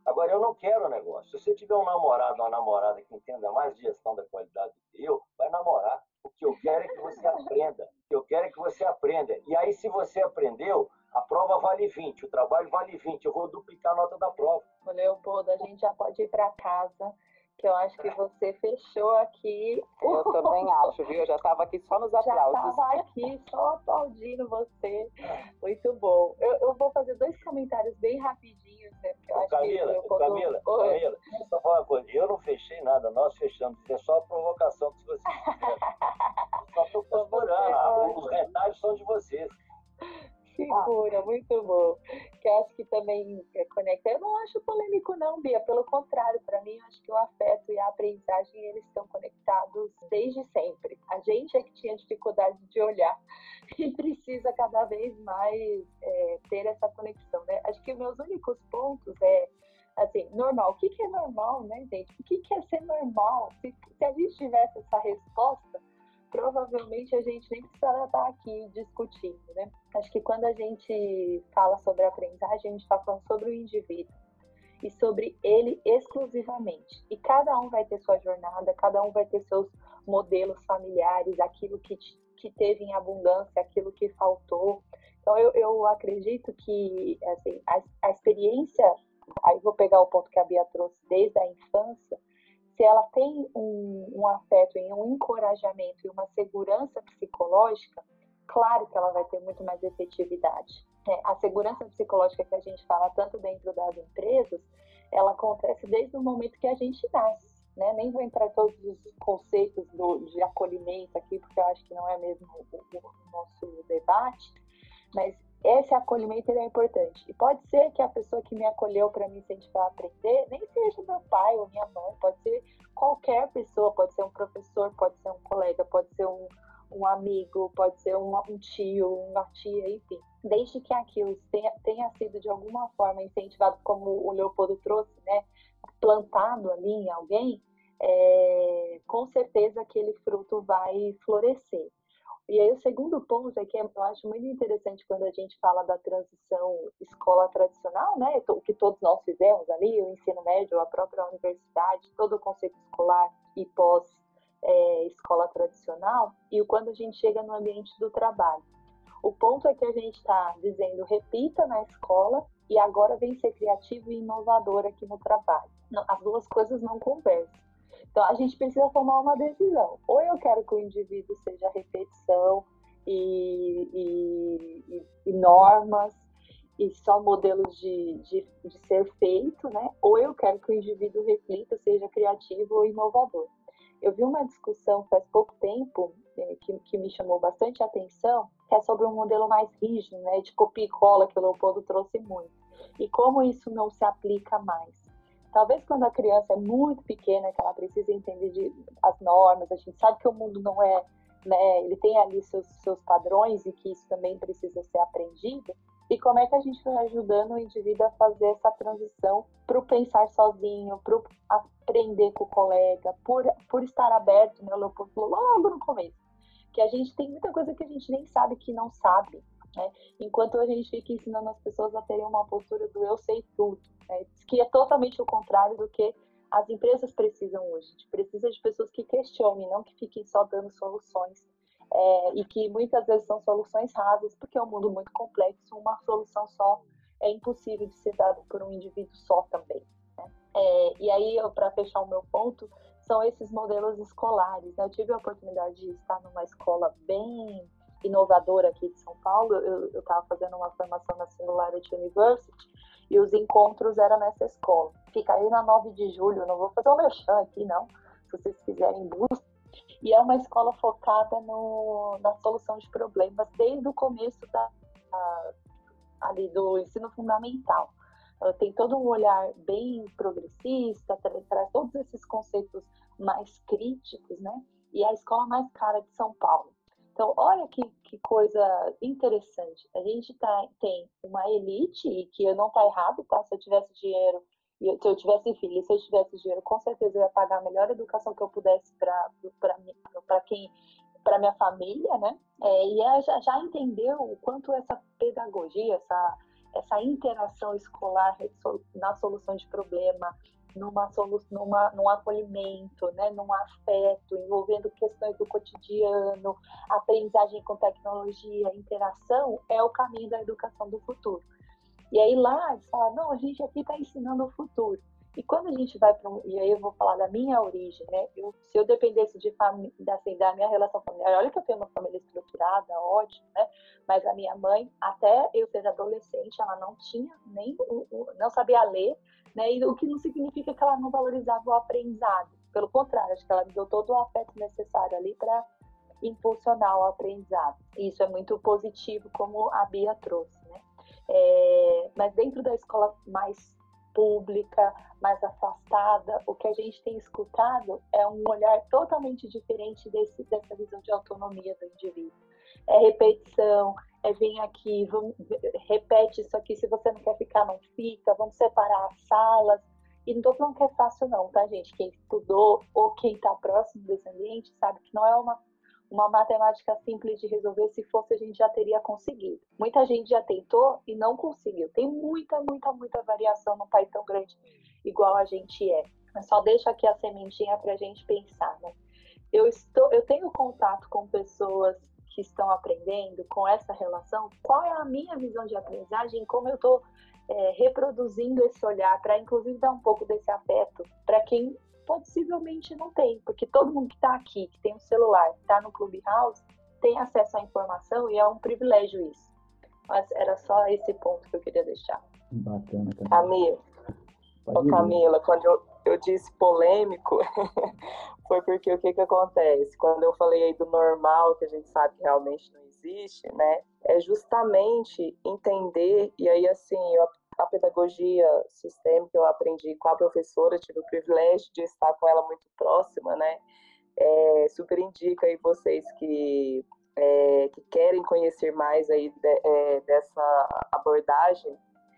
Agora, eu não quero negócio. Se você tiver um namorado, uma namorada que entenda mais de gestão da qualidade do que eu, vai namorar. O que eu quero é que você aprenda. O que eu quero é que você aprenda. E aí, se você aprendeu, a prova vale vinte, o trabalho vale vinte. Eu vou duplicar a nota da prova. Ô, Leopoldo, a gente já pode ir para casa, que eu acho que você fechou aqui. Eu também acho, viu? Eu já estava aqui só nos aplausos. Já estava aqui só aplaudindo você. Muito bom. Eu, eu vou fazer dois comentários bem rapidinhos, né? Porque eu Ô, acho Camila, que ô, Leopoldo... Camila, Oi. Camila, deixa eu só falar uma coisa. Eu não fechei nada, nós fechamos. Isso é só a provocação que vocês fizeram. Eu só estou costurando. Os retalhos são de vocês. Figura, muito bom. Que eu acho que também é, conecta. Eu não acho polêmico não, Bia. Pelo contrário, para mim, eu acho que o afeto e a aprendizagem, eles estão conectados desde sempre. A gente é que tinha dificuldade de olhar e precisa cada vez mais é, ter essa conexão, né? Acho que meus únicos pontos é, assim, normal. O que, que é normal, né, gente? O que, que é ser normal? Se, se a gente tivesse essa resposta, provavelmente a gente nem precisaria estar aqui discutindo, né? Acho que quando a gente fala sobre a aprendizagem, a gente está falando sobre o indivíduo e sobre ele exclusivamente. E cada um vai ter sua jornada, cada um vai ter seus modelos familiares, aquilo que, que teve em abundância, aquilo que faltou. Então, eu, eu acredito que assim, a, a experiência, aí vou pegar o ponto que a Bia trouxe desde a infância, se ela tem um, um afeto e um encorajamento e uma segurança psicológica, claro que ela vai ter muito mais efetividade. É, a segurança psicológica que a gente fala tanto dentro das empresas, ela acontece desde o momento que a gente nasce, né? Nem vou entrar em todos os conceitos do, de acolhimento aqui, porque eu acho que não é mesmo o, o nosso debate, mas esse acolhimento ele é importante. E pode ser que a pessoa que me acolheu para me incentivar a aprender nem seja meu pai ou minha mãe, pode ser qualquer pessoa, pode ser um professor, pode ser um colega, pode ser um, um amigo, pode ser um, um tio, uma tia, enfim. Desde que aquilo tenha, tenha sido de alguma forma incentivado, como o Leopoldo trouxe, né, plantado ali em alguém, é, com certeza aquele fruto vai florescer. E aí o segundo ponto é que eu acho muito interessante quando a gente fala da transição escola tradicional, né? O que todos nós fizemos ali, o ensino médio, a própria universidade, todo o conceito escolar e pós é, escola tradicional, e quando a gente chega no ambiente do trabalho. O ponto é que a gente está dizendo repita na escola e agora vem ser criativo e inovador aqui no trabalho. Não, as duas coisas não conversam. Então, a gente precisa tomar uma decisão. Ou eu quero que o indivíduo seja repetição e, e, e, e normas e só modelos de, de, de ser feito, né? Ou eu quero que o indivíduo reflita, seja criativo ou inovador. Eu vi uma discussão faz pouco tempo é, que, que me chamou bastante atenção, que é sobre um modelo mais rígido, né? De copia e cola, que o Leopoldo trouxe muito. E como isso não se aplica mais. Talvez quando a criança é muito pequena, que ela precisa entender de, as normas, a gente sabe que o mundo não é, né, ele tem ali seus, seus padrões e que isso também precisa ser aprendido. E como é que a gente vai ajudando o indivíduo a fazer essa transição para o pensar sozinho, para o aprender com o colega, por, por estar aberto, né, o Leopoldo falou logo no começo, que a gente tem muita coisa que a gente nem sabe que não sabe. Né? Enquanto a gente fica ensinando as pessoas a terem uma postura do eu sei tudo, né? Que é totalmente o contrário do que as empresas precisam hoje. A gente precisa de pessoas que questionem, não que fiquem só dando soluções, é, e que muitas vezes são soluções rasas, porque é um mundo muito complexo, uma solução só é impossível de ser dada por um indivíduo só também. Né? É, e aí, para fechar o meu ponto, são esses modelos escolares. Né? Eu tive a oportunidade de estar numa escola bem inovadora aqui de São Paulo. Eu estava fazendo uma formação na Singularity University e os encontros eram nessa escola. Fica aí na nove de julho, não vou fazer um merchan aqui, não, se vocês quiserem buscar. E é uma escola focada no, na solução de problemas desde o começo da, a, ali do ensino fundamental. Ela tem todo um olhar bem progressista, traz todos esses conceitos mais críticos, né? E é a escola mais cara de São Paulo. Então, olha que, que coisa interessante. A gente tá, tem uma elite, e que não está errado, tá? Se eu tivesse dinheiro, se eu tivesse filho, se eu tivesse dinheiro, com certeza eu ia pagar a melhor educação que eu pudesse para quem, para minha família, né? É, e ela já, já entendeu o quanto essa pedagogia, essa, nessa interação escolar, na solução de problema, numa solu numa, num acolhimento, né, num afeto, envolvendo questões do cotidiano, aprendizagem com tecnologia, interação, é o caminho da educação do futuro. E aí lá eles falam, não, a gente aqui está ensinando o futuro. E quando a gente vai para um... E aí eu vou falar da minha origem, né? Eu, se eu dependesse de família, assim, da minha relação familiar, olha que eu tenho uma família estruturada, ótima, né? Mas a minha mãe, até eu ser adolescente, ela não tinha nem... não sabia ler, né? E o que não significa que ela não valorizava o aprendizado. Pelo contrário, acho que ela me deu todo o afeto necessário ali para impulsionar o aprendizado. E isso é muito positivo, como a Bia trouxe, né? É, mas dentro da escola mais pública, mais afastada, o que a gente tem escutado é um olhar totalmente diferente desse, dessa visão de autonomia do indivíduo. É repetição, é vem aqui, vamos, repete isso aqui, se você não quer ficar, não fica, vamos separar as salas. E não estou falando que é fácil não, tá, gente? Quem estudou ou quem está próximo desse ambiente sabe que não é uma Uma matemática simples de resolver. Se fosse, a gente já teria conseguido. Muita gente já tentou e não conseguiu. Tem muita, muita, muita variação num país tão grande igual a gente é. Mas só deixo aqui a sementinha para a gente pensar, né? Eu, estou, eu tenho contato com pessoas que estão aprendendo, com essa relação. Qual é a minha visão de aprendizagem? Como eu estou é, reproduzindo esse olhar para, inclusive, dar um pouco desse afeto para quem possivelmente não tem, porque todo mundo que está aqui, que tem um celular, que está no Clubhouse, tem acesso à informação e é um privilégio isso. Mas era só esse ponto que eu queria deixar. Bacana, Camila. Camila, Ô, Camila, quando eu, eu disse polêmico, foi porque o que que acontece? Quando eu falei aí do normal, que a gente sabe que realmente não existe, né? É justamente entender, e aí assim, eu a pedagogia sistêmica eu aprendi com a professora, tive o privilégio de estar com ela muito próxima, né? É, super indico aí vocês que, é, que querem conhecer mais aí de, é, dessa abordagem,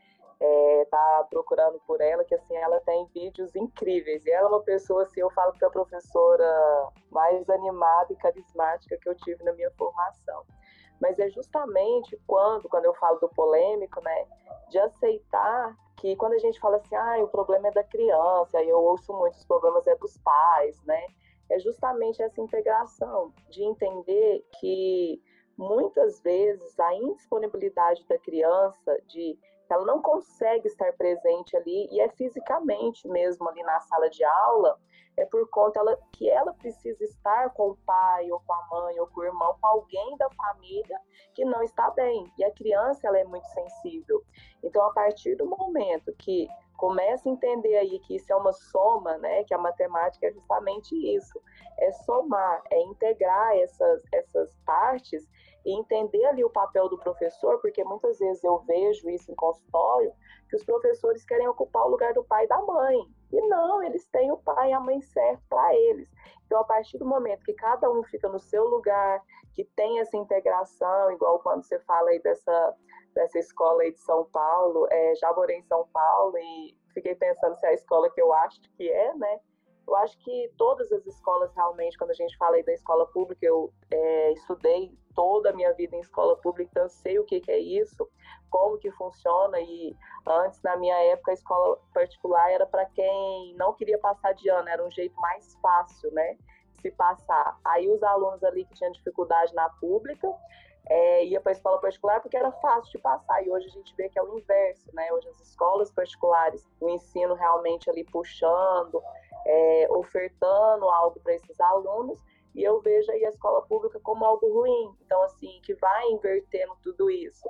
é, tá procurando por ela, que assim, ela tem vídeos incríveis, e ela é uma pessoa, assim, eu falo que é a professora mais animada e carismática que eu tive na minha formação. Mas é justamente quando, quando eu falo do polêmico, né, de aceitar que quando a gente fala assim, ah, o problema é da criança, aí eu ouço muito, os problemas é dos pais, né, é justamente essa integração, de entender que muitas vezes a indisponibilidade da criança, de ela não consegue estar presente ali, e é fisicamente mesmo ali na sala de aula, é por conta ela, que ela precisa estar com o pai, ou com a mãe, ou com o irmão, com alguém da família que não está bem. E a criança, ela é muito sensível. Então, a partir do momento que começa a entender aí que isso é uma soma, né, que a matemática é justamente isso, é somar, é integrar essas, essas partes e entender ali o papel do professor, porque muitas vezes eu vejo isso em consultório, que os professores querem ocupar o lugar do pai e da mãe. E não, eles têm o pai e a mãe certo para eles. Então, a partir do momento que cada um fica no seu lugar, que tem essa integração, igual quando você fala aí dessa, dessa escola aí de São Paulo, é, já morei em São Paulo e fiquei pensando se é a escola que eu acho que é, né? Eu acho que todas as escolas realmente, quando a gente fala aí da escola pública, eu é, estudei toda a minha vida em escola pública, então eu sei o que, que é isso, como que funciona, e antes, na minha época, a escola particular era para quem não queria passar de ano, era um jeito mais fácil, né, de se passar. Aí os alunos ali que tinham dificuldade na pública, É, ia para a escola particular porque era fácil de passar, e hoje a gente vê que é o inverso, né? Hoje as escolas particulares, o ensino realmente ali puxando, é, ofertando algo para esses alunos, e eu vejo aí a escola pública como algo ruim, então assim, que vai invertendo tudo isso.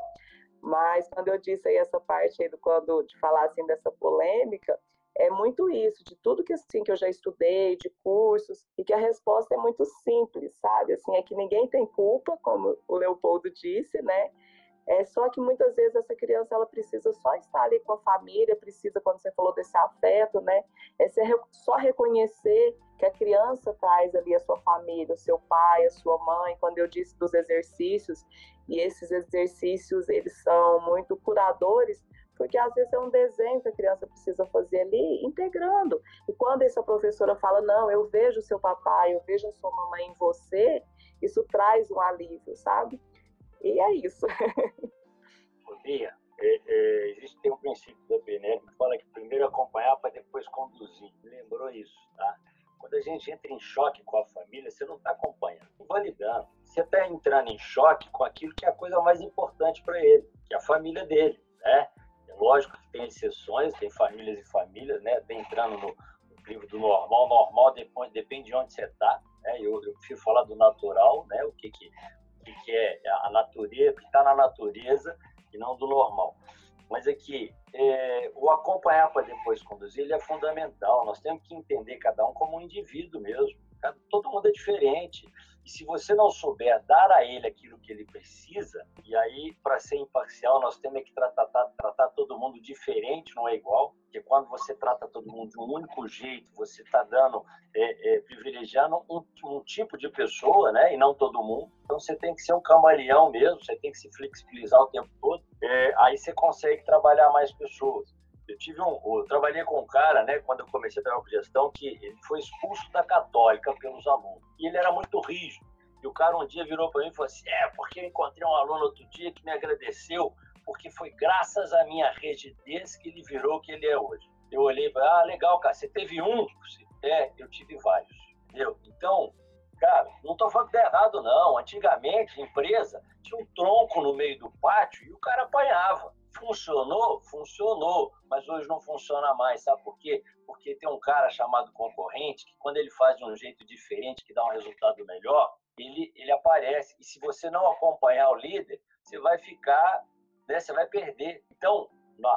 Mas quando eu disse aí essa parte aí do, quando, de falar assim dessa polêmica, é muito isso, de tudo que, assim, que eu já estudei, de cursos, e que a resposta é muito simples, sabe? Assim, é que ninguém tem culpa, como o Leopoldo disse, né? É só que muitas vezes essa criança, ela precisa só estar ali com a família, precisa, quando você falou desse afeto, né? É só reconhecer que a criança traz ali a sua família, o seu pai, a sua mãe. Quando eu disse dos exercícios, e esses exercícios, eles são muito curadores, porque às vezes é um desenho que a criança precisa fazer ali, integrando. E quando essa professora fala, não, eu vejo o seu papai, eu vejo a sua mamãe em você, isso traz um alívio, sabe? E é isso. Bia, é, é, existe tem um princípio da P N L que fala que primeiro acompanhar para depois conduzir. Me lembrou isso, tá? Quando a gente entra em choque com a família, você não está acompanhando, validando. Você está entrando em choque com aquilo que é a coisa mais importante para ele, que é a família dele, né? É lógico que tem exceções, tem famílias e famílias, né? Tem entrando no, no livro do normal, normal depois, depende de onde você está, né? Eu, eu prefiro falar do natural, né? O que, que, o que, que é a natureza, o que está na natureza e não do normal. Mas aqui, é, o acompanhar para depois conduzir, ele é fundamental. Nós temos que entender cada um como um indivíduo mesmo. Todo mundo é diferente. E se você não souber dar a ele aquilo que ele precisa, e aí, para ser imparcial, nós temos que tratar, tratar todo mundo diferente, não é igual. Porque quando você trata todo mundo de um único jeito, você está dando, é, é, privilegiando um, um tipo de pessoa, né? E não todo mundo. Então, você tem que ser um camaleão mesmo, você tem que se flexibilizar o tempo todo. É, aí você consegue trabalhar mais pessoas. Eu tive um, eu trabalhei com um cara, né, quando eu comecei a trabalhar com gestão, que ele foi expulso da Católica pelos alunos. E ele era muito rígido. E o cara um dia virou para mim e falou assim: é, porque eu encontrei um aluno outro dia que me agradeceu, porque foi graças à minha rigidez que ele virou o que ele é hoje. Eu olhei e falei: ah, legal, cara, você teve um? É, eu tive vários. Entendeu? Então, cara, não estou falando que dá errado, não. Antigamente, a empresa tinha um tronco no meio do pátio e o cara apanhava. Funcionou? Funcionou, mas hoje não funciona mais, sabe por quê? Porque tem um cara chamado concorrente que quando ele faz de um jeito diferente, que dá um resultado melhor, ele, ele aparece. E se você não acompanhar o líder, você vai ficar, né, você vai perder. Então, a, a,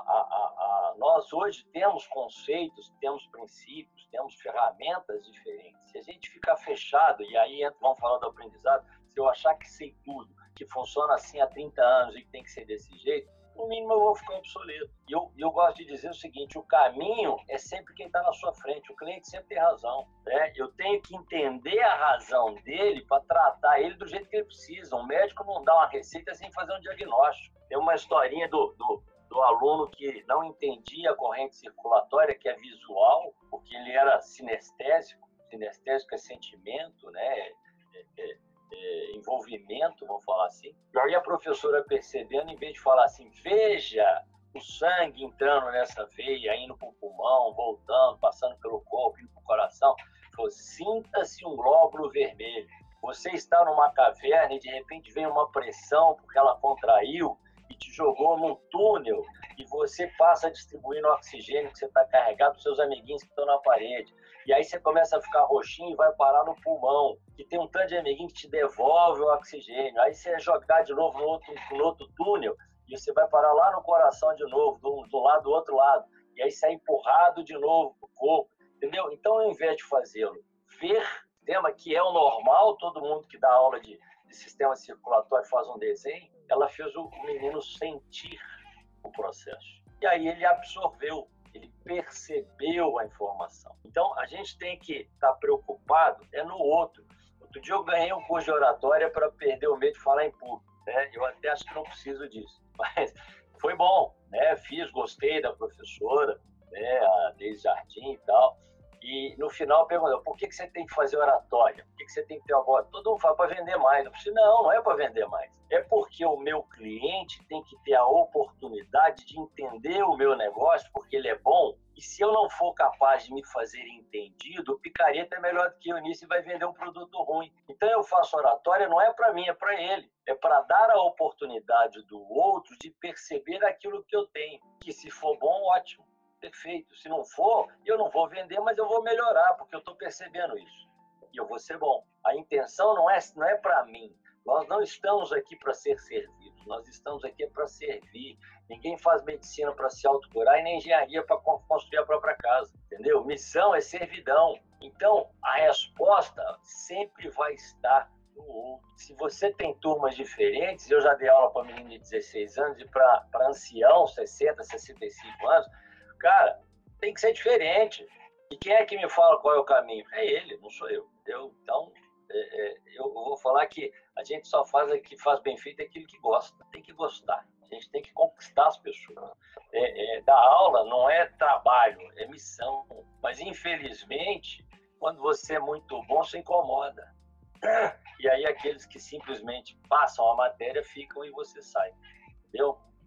a, nós hoje temos conceitos, temos princípios, temos ferramentas diferentes. Se a gente ficar fechado, e aí vamos falar do aprendizado, se eu achar que sei tudo, que funciona assim há trinta anos e que tem que ser desse jeito, no mínimo eu vou ficar obsoleto. E eu, eu gosto de dizer o seguinte: o caminho é sempre quem está na sua frente, o cliente sempre tem razão, né? Eu tenho que entender a razão dele para tratar ele do jeito que ele precisa. Um médico não dá uma receita sem fazer um diagnóstico. Tem uma historinha do, do, do aluno que não entendia a corrente circulatória, que é visual, porque ele era sinestésico. Sinestésico é sentimento, né? É, é, É, envolvimento, vamos falar assim. E aí a professora, percebendo, em vez de falar assim, veja o sangue entrando nessa veia, indo para o pulmão, voltando, passando pelo corpo, indo para o coração, falou: sinta-se um glóbulo vermelho. Você está numa caverna e de repente vem uma pressão porque ela contraiu e te jogou num túnel e você passa distribuindo o oxigênio que você está carregado para os seus amiguinhos que estão na parede. E aí você começa a ficar roxinho e vai parar no pulmão, que tem um tanto de amiguinho que te devolve o oxigênio. Aí você é jogar de novo no outro, no outro túnel e você vai parar lá no coração de novo, do, do lado do outro lado. E aí você é empurrado de novo pro corpo, entendeu? Então, ao invés de fazê-lo, ver o tema que é o normal, todo mundo que dá aula de, de sistema circulatório faz um desenho, ela fez o menino sentir o processo. E aí ele absorveu, ele percebeu a informação. Então, a gente tem que estar preocupado é no outro. Outro dia eu ganhei um curso de oratória para perder o medo de falar em público, né? Eu até acho que não preciso disso, mas foi bom, né? Fiz, gostei da professora, né? A Deise Jardim e tal. E no final perguntou: por que que você tem que fazer oratória? Por que que você tem que ter uma voz? Todo mundo fala para vender mais. Eu disse: não, não é para vender mais. É porque o meu cliente tem que ter a oportunidade de entender o meu negócio, porque ele é bom. E se eu não for capaz de me fazer entendido, o picareta é melhor do que eu nisso e vai vender um produto ruim. Então eu faço oratória, não é para mim, é para ele. É para dar a oportunidade do outro de perceber aquilo que eu tenho. Que se for bom, ótimo. Perfeito. Se não for, eu não vou vender, mas eu vou melhorar, porque eu estou percebendo isso. E eu vou ser bom. A intenção não é, não é para mim. Nós não estamos aqui para ser servidos. Nós estamos aqui para servir. Ninguém faz medicina para se autocurar e nem engenharia para construir a própria casa. Entendeu? Missão é servidão. Então, a resposta sempre vai estar no outro. Se você tem turmas diferentes, eu já dei aula para menino de dezesseis anos e para ancião, sessenta, sessenta e cinco anos, cara, tem que ser diferente. E quem é que me fala qual é o caminho? É ele, não sou eu. eu então, é, é, eu vou falar que a gente só faz o que faz bem feito aquilo que gosta. Tem que gostar. A gente tem que conquistar as pessoas. É, é, dar aula não é trabalho, é missão. Mas, infelizmente, quando você é muito bom, você incomoda. E aí, aqueles que simplesmente passam a matéria ficam e você sai. Entendeu?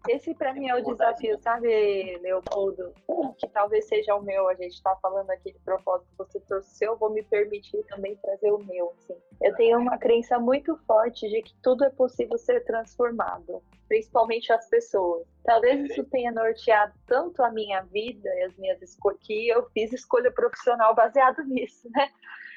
Esse para mim é o desafio, sabe, Leopoldo? Que talvez seja o meu. A gente está falando aqui de propósito, você trouxe o seu, vou me permitir também trazer o meu. Assim. Eu tenho uma crença muito forte de que tudo é possível ser transformado, principalmente as pessoas. Talvez isso tenha norteado tanto a minha vida e as minhas escolhas, que eu fiz escolha profissional baseado nisso, né?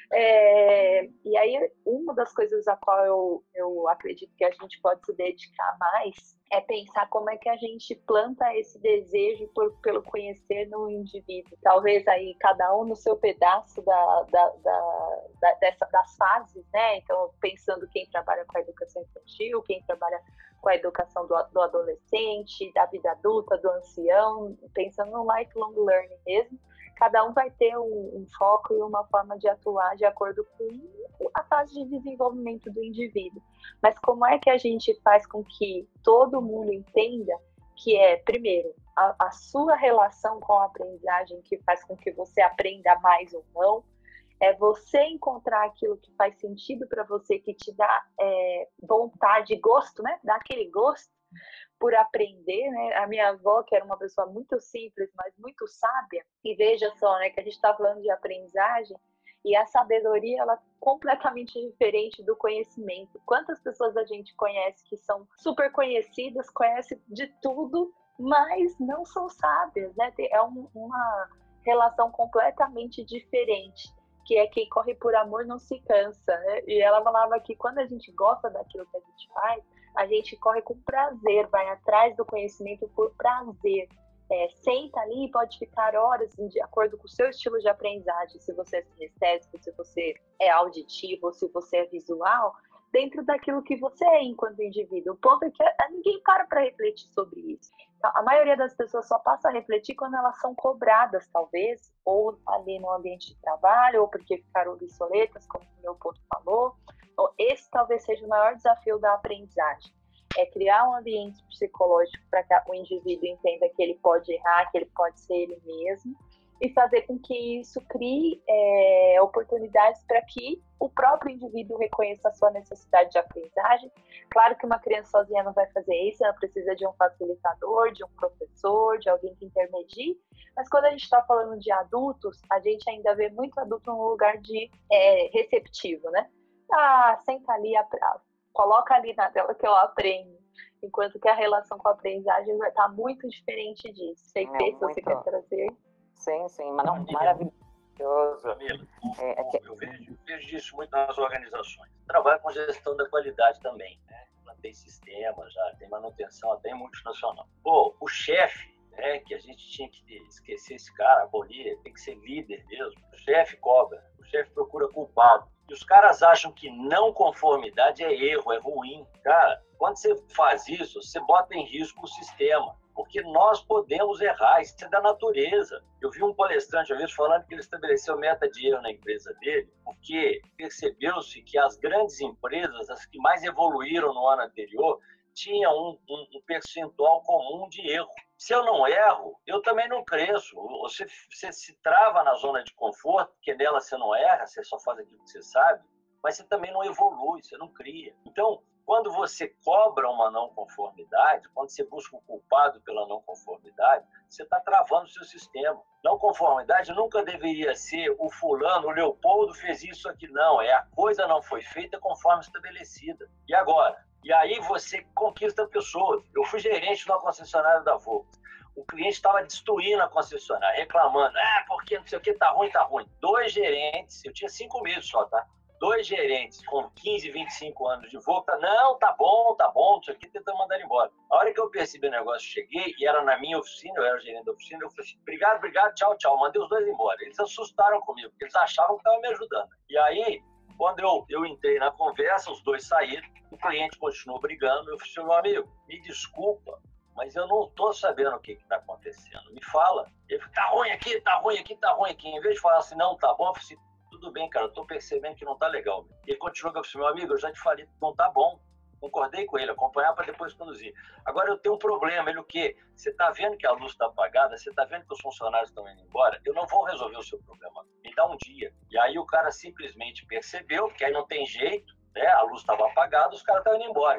É, e aí, uma das coisas a qual eu, eu acredito que a gente pode se dedicar mais é pensar como é que a gente planta esse desejo por, pelo conhecer no indivíduo. Talvez aí cada um no seu pedaço da, da, da, da, dessa, das fases, né? Então, pensando quem trabalha com a educação infantil, quem trabalha com a educação do, do adolescente, da vida adulta, do ancião, pensando no lifelong learning mesmo. Cada um vai ter um, um foco e uma forma de atuar de acordo com a fase de desenvolvimento do indivíduo. Mas como é que a gente faz com que todo mundo entenda que é, primeiro, a, a sua relação com a aprendizagem que faz com que você aprenda mais ou não, é você encontrar aquilo que faz sentido para você, que te dá é, vontade, gosto, né? Dá aquele gosto por aprender, né? A minha avó, que era uma pessoa muito simples, mas muito sábia, e veja só, né, que a gente está falando de aprendizagem, e a sabedoria, ela é completamente diferente do conhecimento. Quantas pessoas a gente conhece que são super conhecidas, conhecem de tudo, mas não são sábias, né? É um, uma relação completamente diferente, que é quem corre por amor não se cansa, né? E ela falava que quando a gente gosta daquilo que a gente faz, a gente corre com prazer, vai atrás do conhecimento por prazer. É, senta ali e pode ficar horas de acordo com o seu estilo de aprendizagem, se você é sinestésico, se você é auditivo, se você é visual, dentro daquilo que você é enquanto indivíduo. O ponto é que ninguém para para refletir sobre isso. Então, a maioria das pessoas só passa a refletir quando elas são cobradas, talvez, ou ali no ambiente de trabalho, ou porque ficaram obsoletas, como o Leopoldo falou. Então, esse talvez seja o maior desafio da aprendizagem. É criar um ambiente psicológico para que o indivíduo entenda que ele pode errar, que ele pode ser ele mesmo, e fazer com que isso crie é, oportunidades para que o próprio indivíduo reconheça a sua necessidade de aprendizagem. Claro que uma criança sozinha não vai fazer isso, ela precisa de um facilitador, de um professor, de alguém que intermedie, mas quando a gente está falando de adultos, a gente ainda vê muito adulto num lugar de é, receptivo, né? Ah, senta ali, coloca ali na tela que eu aprendo. Enquanto que a relação com a aprendizagem vai estar muito diferente disso. Sei que é, você quer trazer. Sim, sim, mas não, maravilhoso. Camila, é, é que... eu vejo, vejo isso muito nas organizações. Trabalho com gestão da qualidade também, né? Tem sistema, já tem manutenção até em multinacional. Pô, o chefe, né, que a gente tinha que esquecer esse cara, abolir, tem que ser líder mesmo. O chefe cobra, o chefe procura culpado. E os caras acham que não conformidade é erro, é ruim. Cara, quando você faz isso, você bota em risco o sistema. Porque nós podemos errar, isso é da natureza. Eu vi um palestrante, uma vez, falando que ele estabeleceu meta de erro na empresa dele, porque percebeu-se que as grandes empresas, as que mais evoluíram no ano anterior, tinham um, um, um percentual comum de erro. Se eu não erro, eu também não cresço. Você, você se trava na zona de conforto, porque nela você não erra, você só faz aquilo que você sabe, mas você também não evolui, você não cria. Então, quando você cobra uma não conformidade, quando você busca um culpado pela não conformidade, você está travando o seu sistema. Não conformidade nunca deveria ser o fulano, o Leopoldo fez isso aqui. Não, é a coisa não foi feita conforme estabelecida. E agora? E aí você conquista pessoas. Eu fui gerente de uma concessionária da Volvo. O cliente estava destruindo a concessionária, reclamando. Ah, porque não sei o que, tá ruim, tá ruim. Dois gerentes, eu tinha cinco meses só, tá? Dois gerentes com quinze, vinte e cinco anos de volta, não, tá bom, tá bom, isso aqui, tentando mandar ele embora. A hora que eu percebi o negócio, cheguei, e era na minha oficina, eu era o gerente da oficina, eu falei assim, obrigado, obrigado, tchau, tchau, mandei os dois embora. Eles assustaram comigo, porque eles achavam que estavam me ajudando. E aí, quando eu, eu entrei na conversa, os dois saíram, o cliente continuou brigando, eu falei assim, meu amigo, me desculpa, mas eu não estou sabendo o que está acontecendo, me fala. Ele falou, tá ruim aqui, tá ruim aqui, tá ruim aqui. Em vez de falar assim, não, tá bom, eu falei assim, tudo bem, cara, eu tô percebendo que não tá legal. E ele continuou, eu falei, meu amigo, eu já te falei, não tá bom. Concordei com ele, acompanhar para depois conduzir. Agora eu tenho um problema, ele o quê? Você tá vendo que a luz está apagada, você tá vendo que os funcionários estão indo embora, eu não vou resolver o seu problema, me dá um dia. E aí o cara simplesmente percebeu que aí não tem jeito, né? A luz estava apagada, os caras estavam indo embora. Então,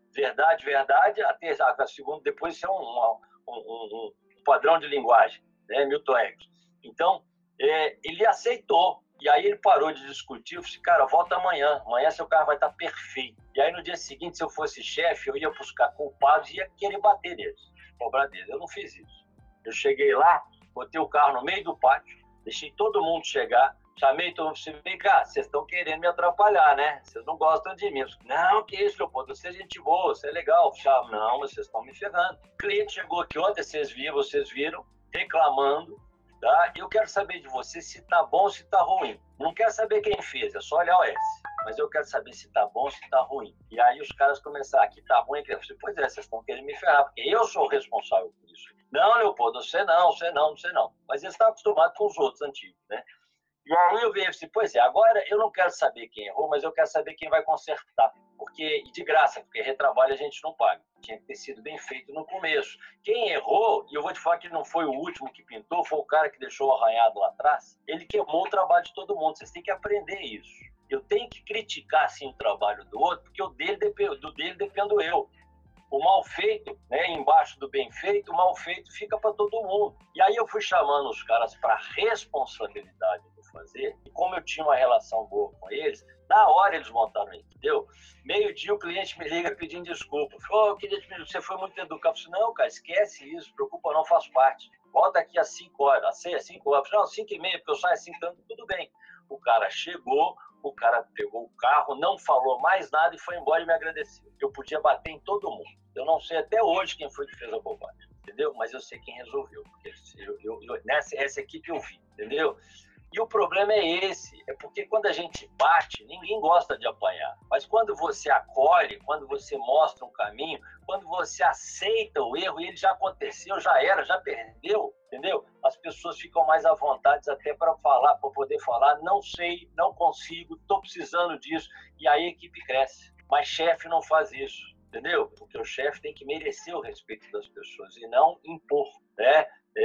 verdade, verdade, a, terça, a segunda, depois isso é um, um, um, um padrão de linguagem, né? Milton Erickson. Então, é, ele aceitou. E aí ele parou de discutir, eu falei, cara, volta amanhã, amanhã seu carro vai estar perfeito. E aí no dia seguinte, se eu fosse chefe, eu ia buscar culpados e ia querer bater neles, cobrar deles. Eu não fiz isso. Eu cheguei lá, botei o carro no meio do pátio, deixei todo mundo chegar, chamei todo mundo e falei, vem cá, vocês estão querendo me atrapalhar, né? Vocês não gostam de mim. Eu falei, não, que isso, Leopoldo, você é gente boa, você é legal. Falei, não, vocês estão me ferrando. O cliente chegou aqui ontem, vocês viram, vocês viram, reclamando. Tá? Eu quero saber de você se tá bom ou se tá ruim. Não quero saber quem fez, é só olhar o S. Mas eu quero saber se tá bom ou se tá ruim. E aí os caras começaram, aqui tá ruim, aqui. Eu falei, pois é, vocês estão querendo me ferrar, porque eu sou o responsável por isso. Não, Leopoldo, você não, você não, você não. Mas eles estão acostumados com os outros antigos, né? E aí eu vejo assim, pois é, agora eu não quero saber quem errou, mas eu quero saber quem vai consertar. Porque, e de graça, porque retrabalho a gente não paga. Tinha que ter sido bem feito no começo. Quem errou, e eu vou te falar que não foi o último que pintou, foi o cara que deixou o arranhado lá atrás, ele queimou o trabalho de todo mundo. Vocês têm que aprender isso. Eu tenho que criticar, sim, o trabalho do outro, porque o dele, do dele dependo eu. O mal feito, né, embaixo do bem feito, o mal feito fica para todo mundo. E aí eu fui chamando os caras para responsabilidade de fazer, e como eu tinha uma relação boa com eles, na hora eles montaram isso, entendeu? Meio-dia o cliente me liga pedindo desculpa. Falou, oh, eu queria te pedir, você foi muito educado. Eu falei, não, cara, esquece isso, preocupa não, faz parte. Volta aqui às cinco horas, às seis, às cinco horas. Eu falei, não, cinco e meia, porque eu saio às cinco, tudo bem. O cara chegou, o cara pegou o carro, não falou mais nada e foi embora e me agradeceu. Eu podia bater em todo mundo. Eu não sei até hoje quem foi que fez a bobagem, entendeu? Mas eu sei quem resolveu. Porque eu, eu, eu, nessa essa equipe eu vi, entendeu? E o problema é esse, é porque quando a gente bate, ninguém gosta de apanhar. Mas quando você acolhe, quando você mostra um caminho, quando você aceita o erro, e ele já aconteceu, já era, já perdeu, entendeu? As pessoas ficam mais à vontade até para falar, para poder falar, não sei, não consigo, estou precisando disso, e aí a equipe cresce. Mas chefe não faz isso, entendeu? Porque o chefe tem que merecer o respeito das pessoas e não impor, né?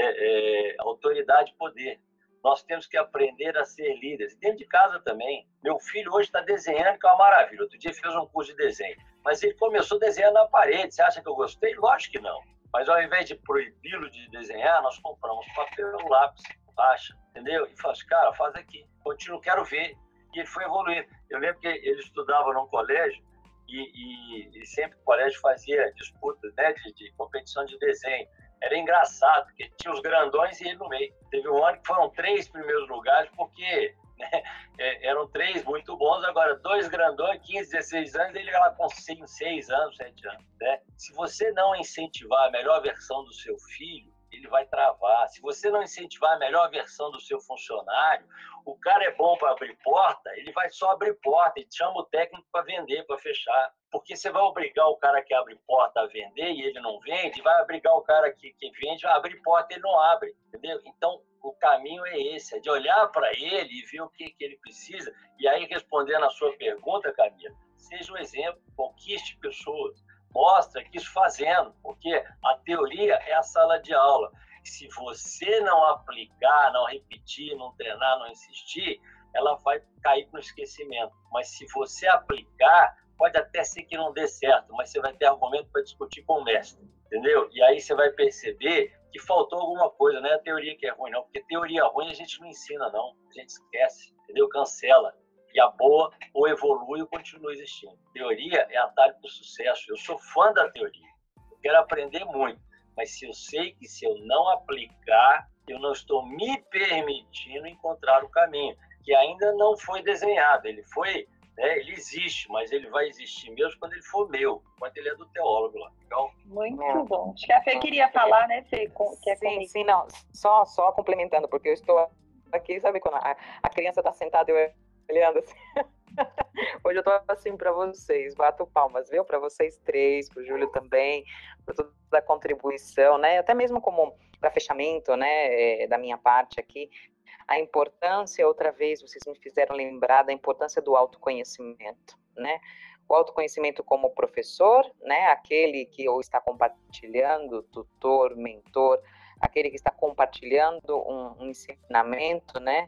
É, é, autoridade e poder. Nós temos que aprender a ser líderes. Dentro de casa também. Meu filho hoje está desenhando, que é uma maravilha. Outro dia fez um curso de desenho. Mas ele começou desenhando na parede. Você acha que eu gostei? Lógico que não. Mas ao invés de proibi-lo de desenhar, nós compramos papel, lápis, borracha, entendeu? E faz, cara, faz aqui. Continuo, quero ver. E ele foi evoluindo. Eu lembro que ele estudava num colégio e, e, e sempre o colégio fazia disputas, né, de, de competição de desenho. Era engraçado, porque tinha os grandões e ele no meio. Teve um ano que foram três primeiros lugares, porque né, eram três muito bons, agora dois grandões, quinze, dezesseis anos, ele lá com seis anos, sete anos. Né? Se você não incentivar a melhor versão do seu filho, ele vai travar. Se você não incentivar a melhor versão do seu funcionário, o cara é bom para abrir porta, ele vai só abrir porta e chama o técnico para vender, para fechar. Porque você vai obrigar o cara que abre porta a vender e ele não vende, vai obrigar o cara que, que vende a abrir porta e ele não abre, entendeu? Então, o caminho é esse, é de olhar para ele e ver o que, que ele precisa. E aí, respondendo a sua pergunta, Camila, seja um exemplo, conquiste pessoas, mostra que isso fazendo, porque a teoria é a sala de aula. Se você não aplicar, não repetir, não treinar, não insistir, ela vai cair no esquecimento. Mas se você aplicar, pode até ser que não dê certo, mas você vai ter argumento para discutir com o mestre, entendeu? E aí você vai perceber que faltou alguma coisa, não é a teoria que é ruim, não, porque teoria ruim a gente não ensina, não, a gente esquece, entendeu? Cancela. E a boa ou evolui ou continua existindo. Teoria é atalho para o sucesso. Eu sou fã da teoria, eu quero aprender muito, mas se eu sei que se eu não aplicar, eu não estou me permitindo encontrar o caminho, que ainda não foi desenhado, ele foi... É, ele existe, mas ele vai existir mesmo quando ele for meu, quando ele é do teólogo lá. Então, muito é. bom. Acho que a Fê queria falar, né, Fê? Que é sim, comigo. sim, não. Só, só complementando, porque eu estou aqui, sabe quando a, a criança está sentada e eu olhando assim. Hoje eu estou assim para vocês, bato palmas, viu? Para vocês três, para o Júlio também, por toda a contribuição, né? Até mesmo como para fechamento, né, da minha parte aqui. A importância, outra vez, vocês me fizeram lembrar da importância do autoconhecimento, né? O autoconhecimento como professor, né? Aquele que ou está compartilhando, tutor, mentor, aquele que está compartilhando um, um ensinamento, né?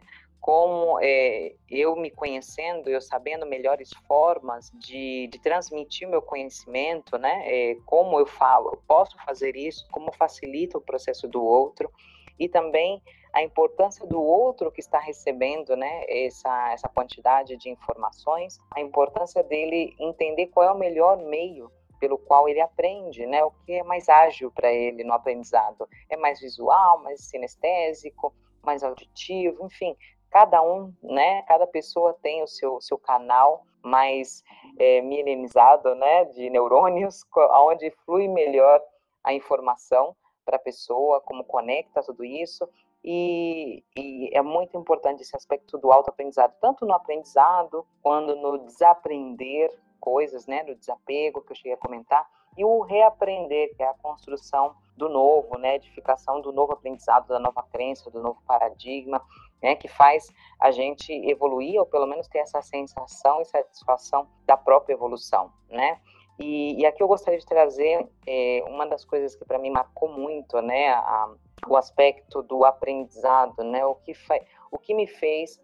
como é, eu me conhecendo, eu sabendo melhores formas de, de transmitir meu conhecimento, né? É, como eu falo, eu posso fazer isso, como facilita o processo do outro, e também a importância do outro que está recebendo, né, essa, essa quantidade de informações, a importância dele entender qual é o melhor meio pelo qual ele aprende, né, o que é mais ágil para ele no aprendizado. É mais visual, mais sinestésico, mais auditivo, enfim, cada um, né, cada pessoa tem o seu, seu canal mais é, milenizado, né, de neurônios, onde flui melhor a informação para a pessoa, como conecta tudo isso, e, e é muito importante esse aspecto do autoaprendizado, tanto no aprendizado, quanto no desaprender coisas, né, no desapego, que eu cheguei a comentar, e o reaprender, que é a construção do novo, né, edificação do novo aprendizado, da nova crença, do novo paradigma, né, que faz a gente evoluir, ou pelo menos ter essa sensação e satisfação da própria evolução, né. E, e aqui eu gostaria de trazer é, uma das coisas que para mim marcou muito, né, a, o aspecto do aprendizado, né, o que, fa, o que me fez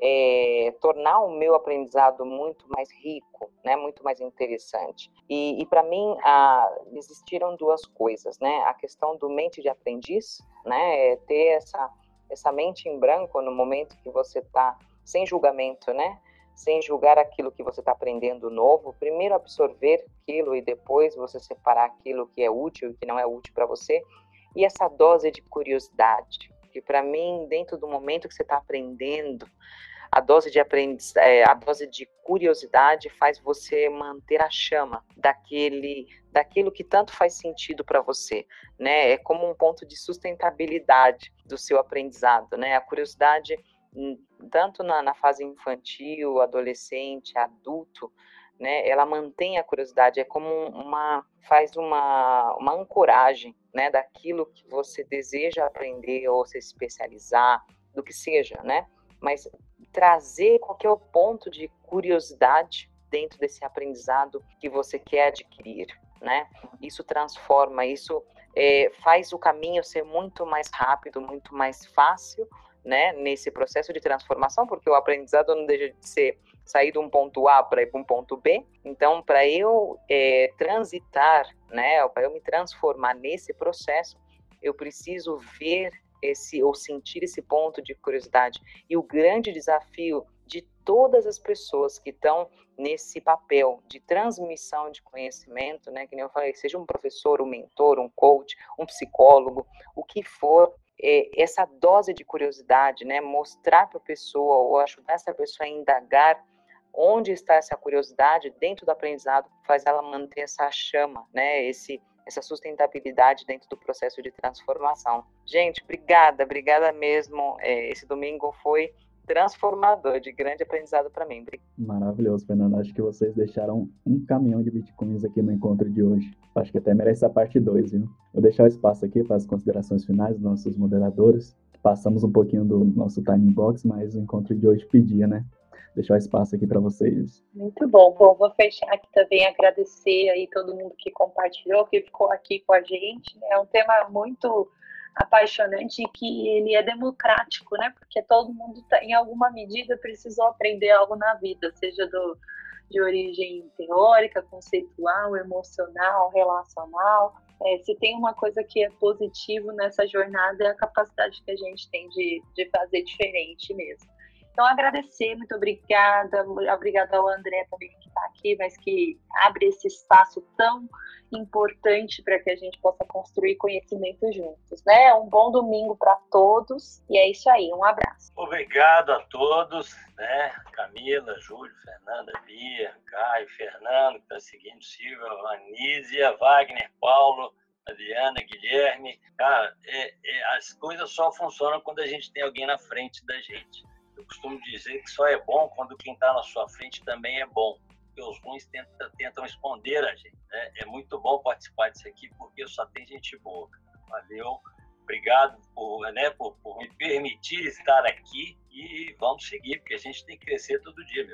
é, tornar o meu aprendizado muito mais rico, né, muito mais interessante. E, e para mim a, existiram duas coisas, né, a questão do mente de aprendiz, né, é ter essa, essa mente em branco no momento que você está sem julgamento, né, sem julgar aquilo que você está aprendendo novo, primeiro absorver aquilo e depois você separar aquilo que é útil e que não é útil para você, e essa dose de curiosidade, que para mim, dentro do momento que você está aprendendo, a dose de aprendiz, é, a dose de curiosidade faz você manter a chama daquele, daquilo que tanto faz sentido para você, né? É como um ponto de sustentabilidade do seu aprendizado, né? A curiosidade, tanto na, na fase infantil, adolescente, adulto, né, ela mantém a curiosidade, é como uma, faz uma, uma ancoragem, né, daquilo que você deseja aprender ou se especializar, do que seja, né, mas trazer qualquer ponto de curiosidade dentro desse aprendizado que você quer adquirir, né, isso transforma, isso é, faz o caminho ser muito mais rápido, muito mais fácil, né, nesse processo de transformação, porque o aprendizado não deixa de ser sair de um ponto A para ir para um ponto B. Então, para eu é, transitar, né, para eu me transformar nesse processo, eu preciso ver esse ou sentir esse ponto de curiosidade. E o grande desafio de todas as pessoas que estão nesse papel de transmissão de conhecimento, né, que nem eu falei, seja um professor, um mentor, um coach, um psicólogo, o que for, é, essa dose de curiosidade, né, mostrar para a pessoa ou ajudar essa pessoa a indagar onde está essa curiosidade dentro do aprendizado, faz ela manter essa chama, né, esse, essa sustentabilidade dentro do processo de transformação. Gente, obrigada, obrigada mesmo. É, esse domingo foi transformador, de grande aprendizado para mim. Maravilhoso, Fernando. Acho que vocês deixaram um caminhão de bitcoins aqui no encontro de hoje. Acho que até merece a parte dois, viu? Vou deixar o espaço aqui para as considerações finais dos nossos moderadores. Passamos um pouquinho do nosso time box, mas o encontro de hoje pedia, né? Deixar o espaço aqui para vocês. Muito bom. Bom, vou fechar aqui também, agradecer aí todo mundo que compartilhou, que ficou aqui com a gente. É um tema muito apaixonante e que ele é democrático, né? Porque todo mundo, tá, em alguma medida, precisou aprender algo na vida, seja do, de origem teórica, conceitual, emocional, relacional. É, se tem uma coisa que é positivo nessa jornada é a capacidade que a gente tem de, de fazer diferente mesmo. Então, agradecer, muito obrigada, obrigada ao André também que está aqui, mas que abre esse espaço tão importante para que a gente possa construir conhecimento juntos, né? Um bom domingo para todos e é isso aí, um abraço. Obrigado a todos, né? Camila, Júlio, Fernanda, Bia, Caio, Fernando, que está seguindo, Silvia, Anísia, Wagner, Paulo, Adriana, Guilherme. Cara, é, é, as coisas só funcionam quando a gente tem alguém na frente da gente. Eu costumo dizer que só é bom quando quem está na sua frente também é bom, porque os ruins tentam, tentam esconder a gente, né? É muito bom participar disso aqui, porque só tem gente boa. Valeu, obrigado por, né, por, por me permitir estar aqui e vamos seguir, porque a gente tem que crescer todo dia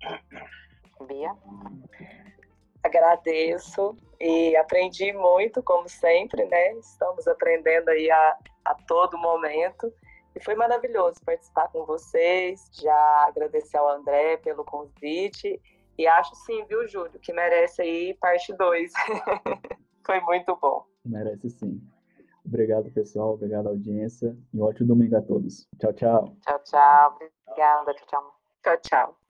mesmo. Bia? Agradeço e aprendi muito, como sempre, né? Estamos aprendendo aí a, a todo momento. E foi maravilhoso participar com vocês. Já agradecer ao André pelo convite. E acho sim, viu, Júlio, que merece aí parte dois. Foi muito bom. Merece sim. Obrigado, pessoal. Obrigado, audiência. E um ótimo domingo a todos. Tchau, tchau. Tchau, tchau. Obrigada. Tchau, tchau. Tchau, tchau.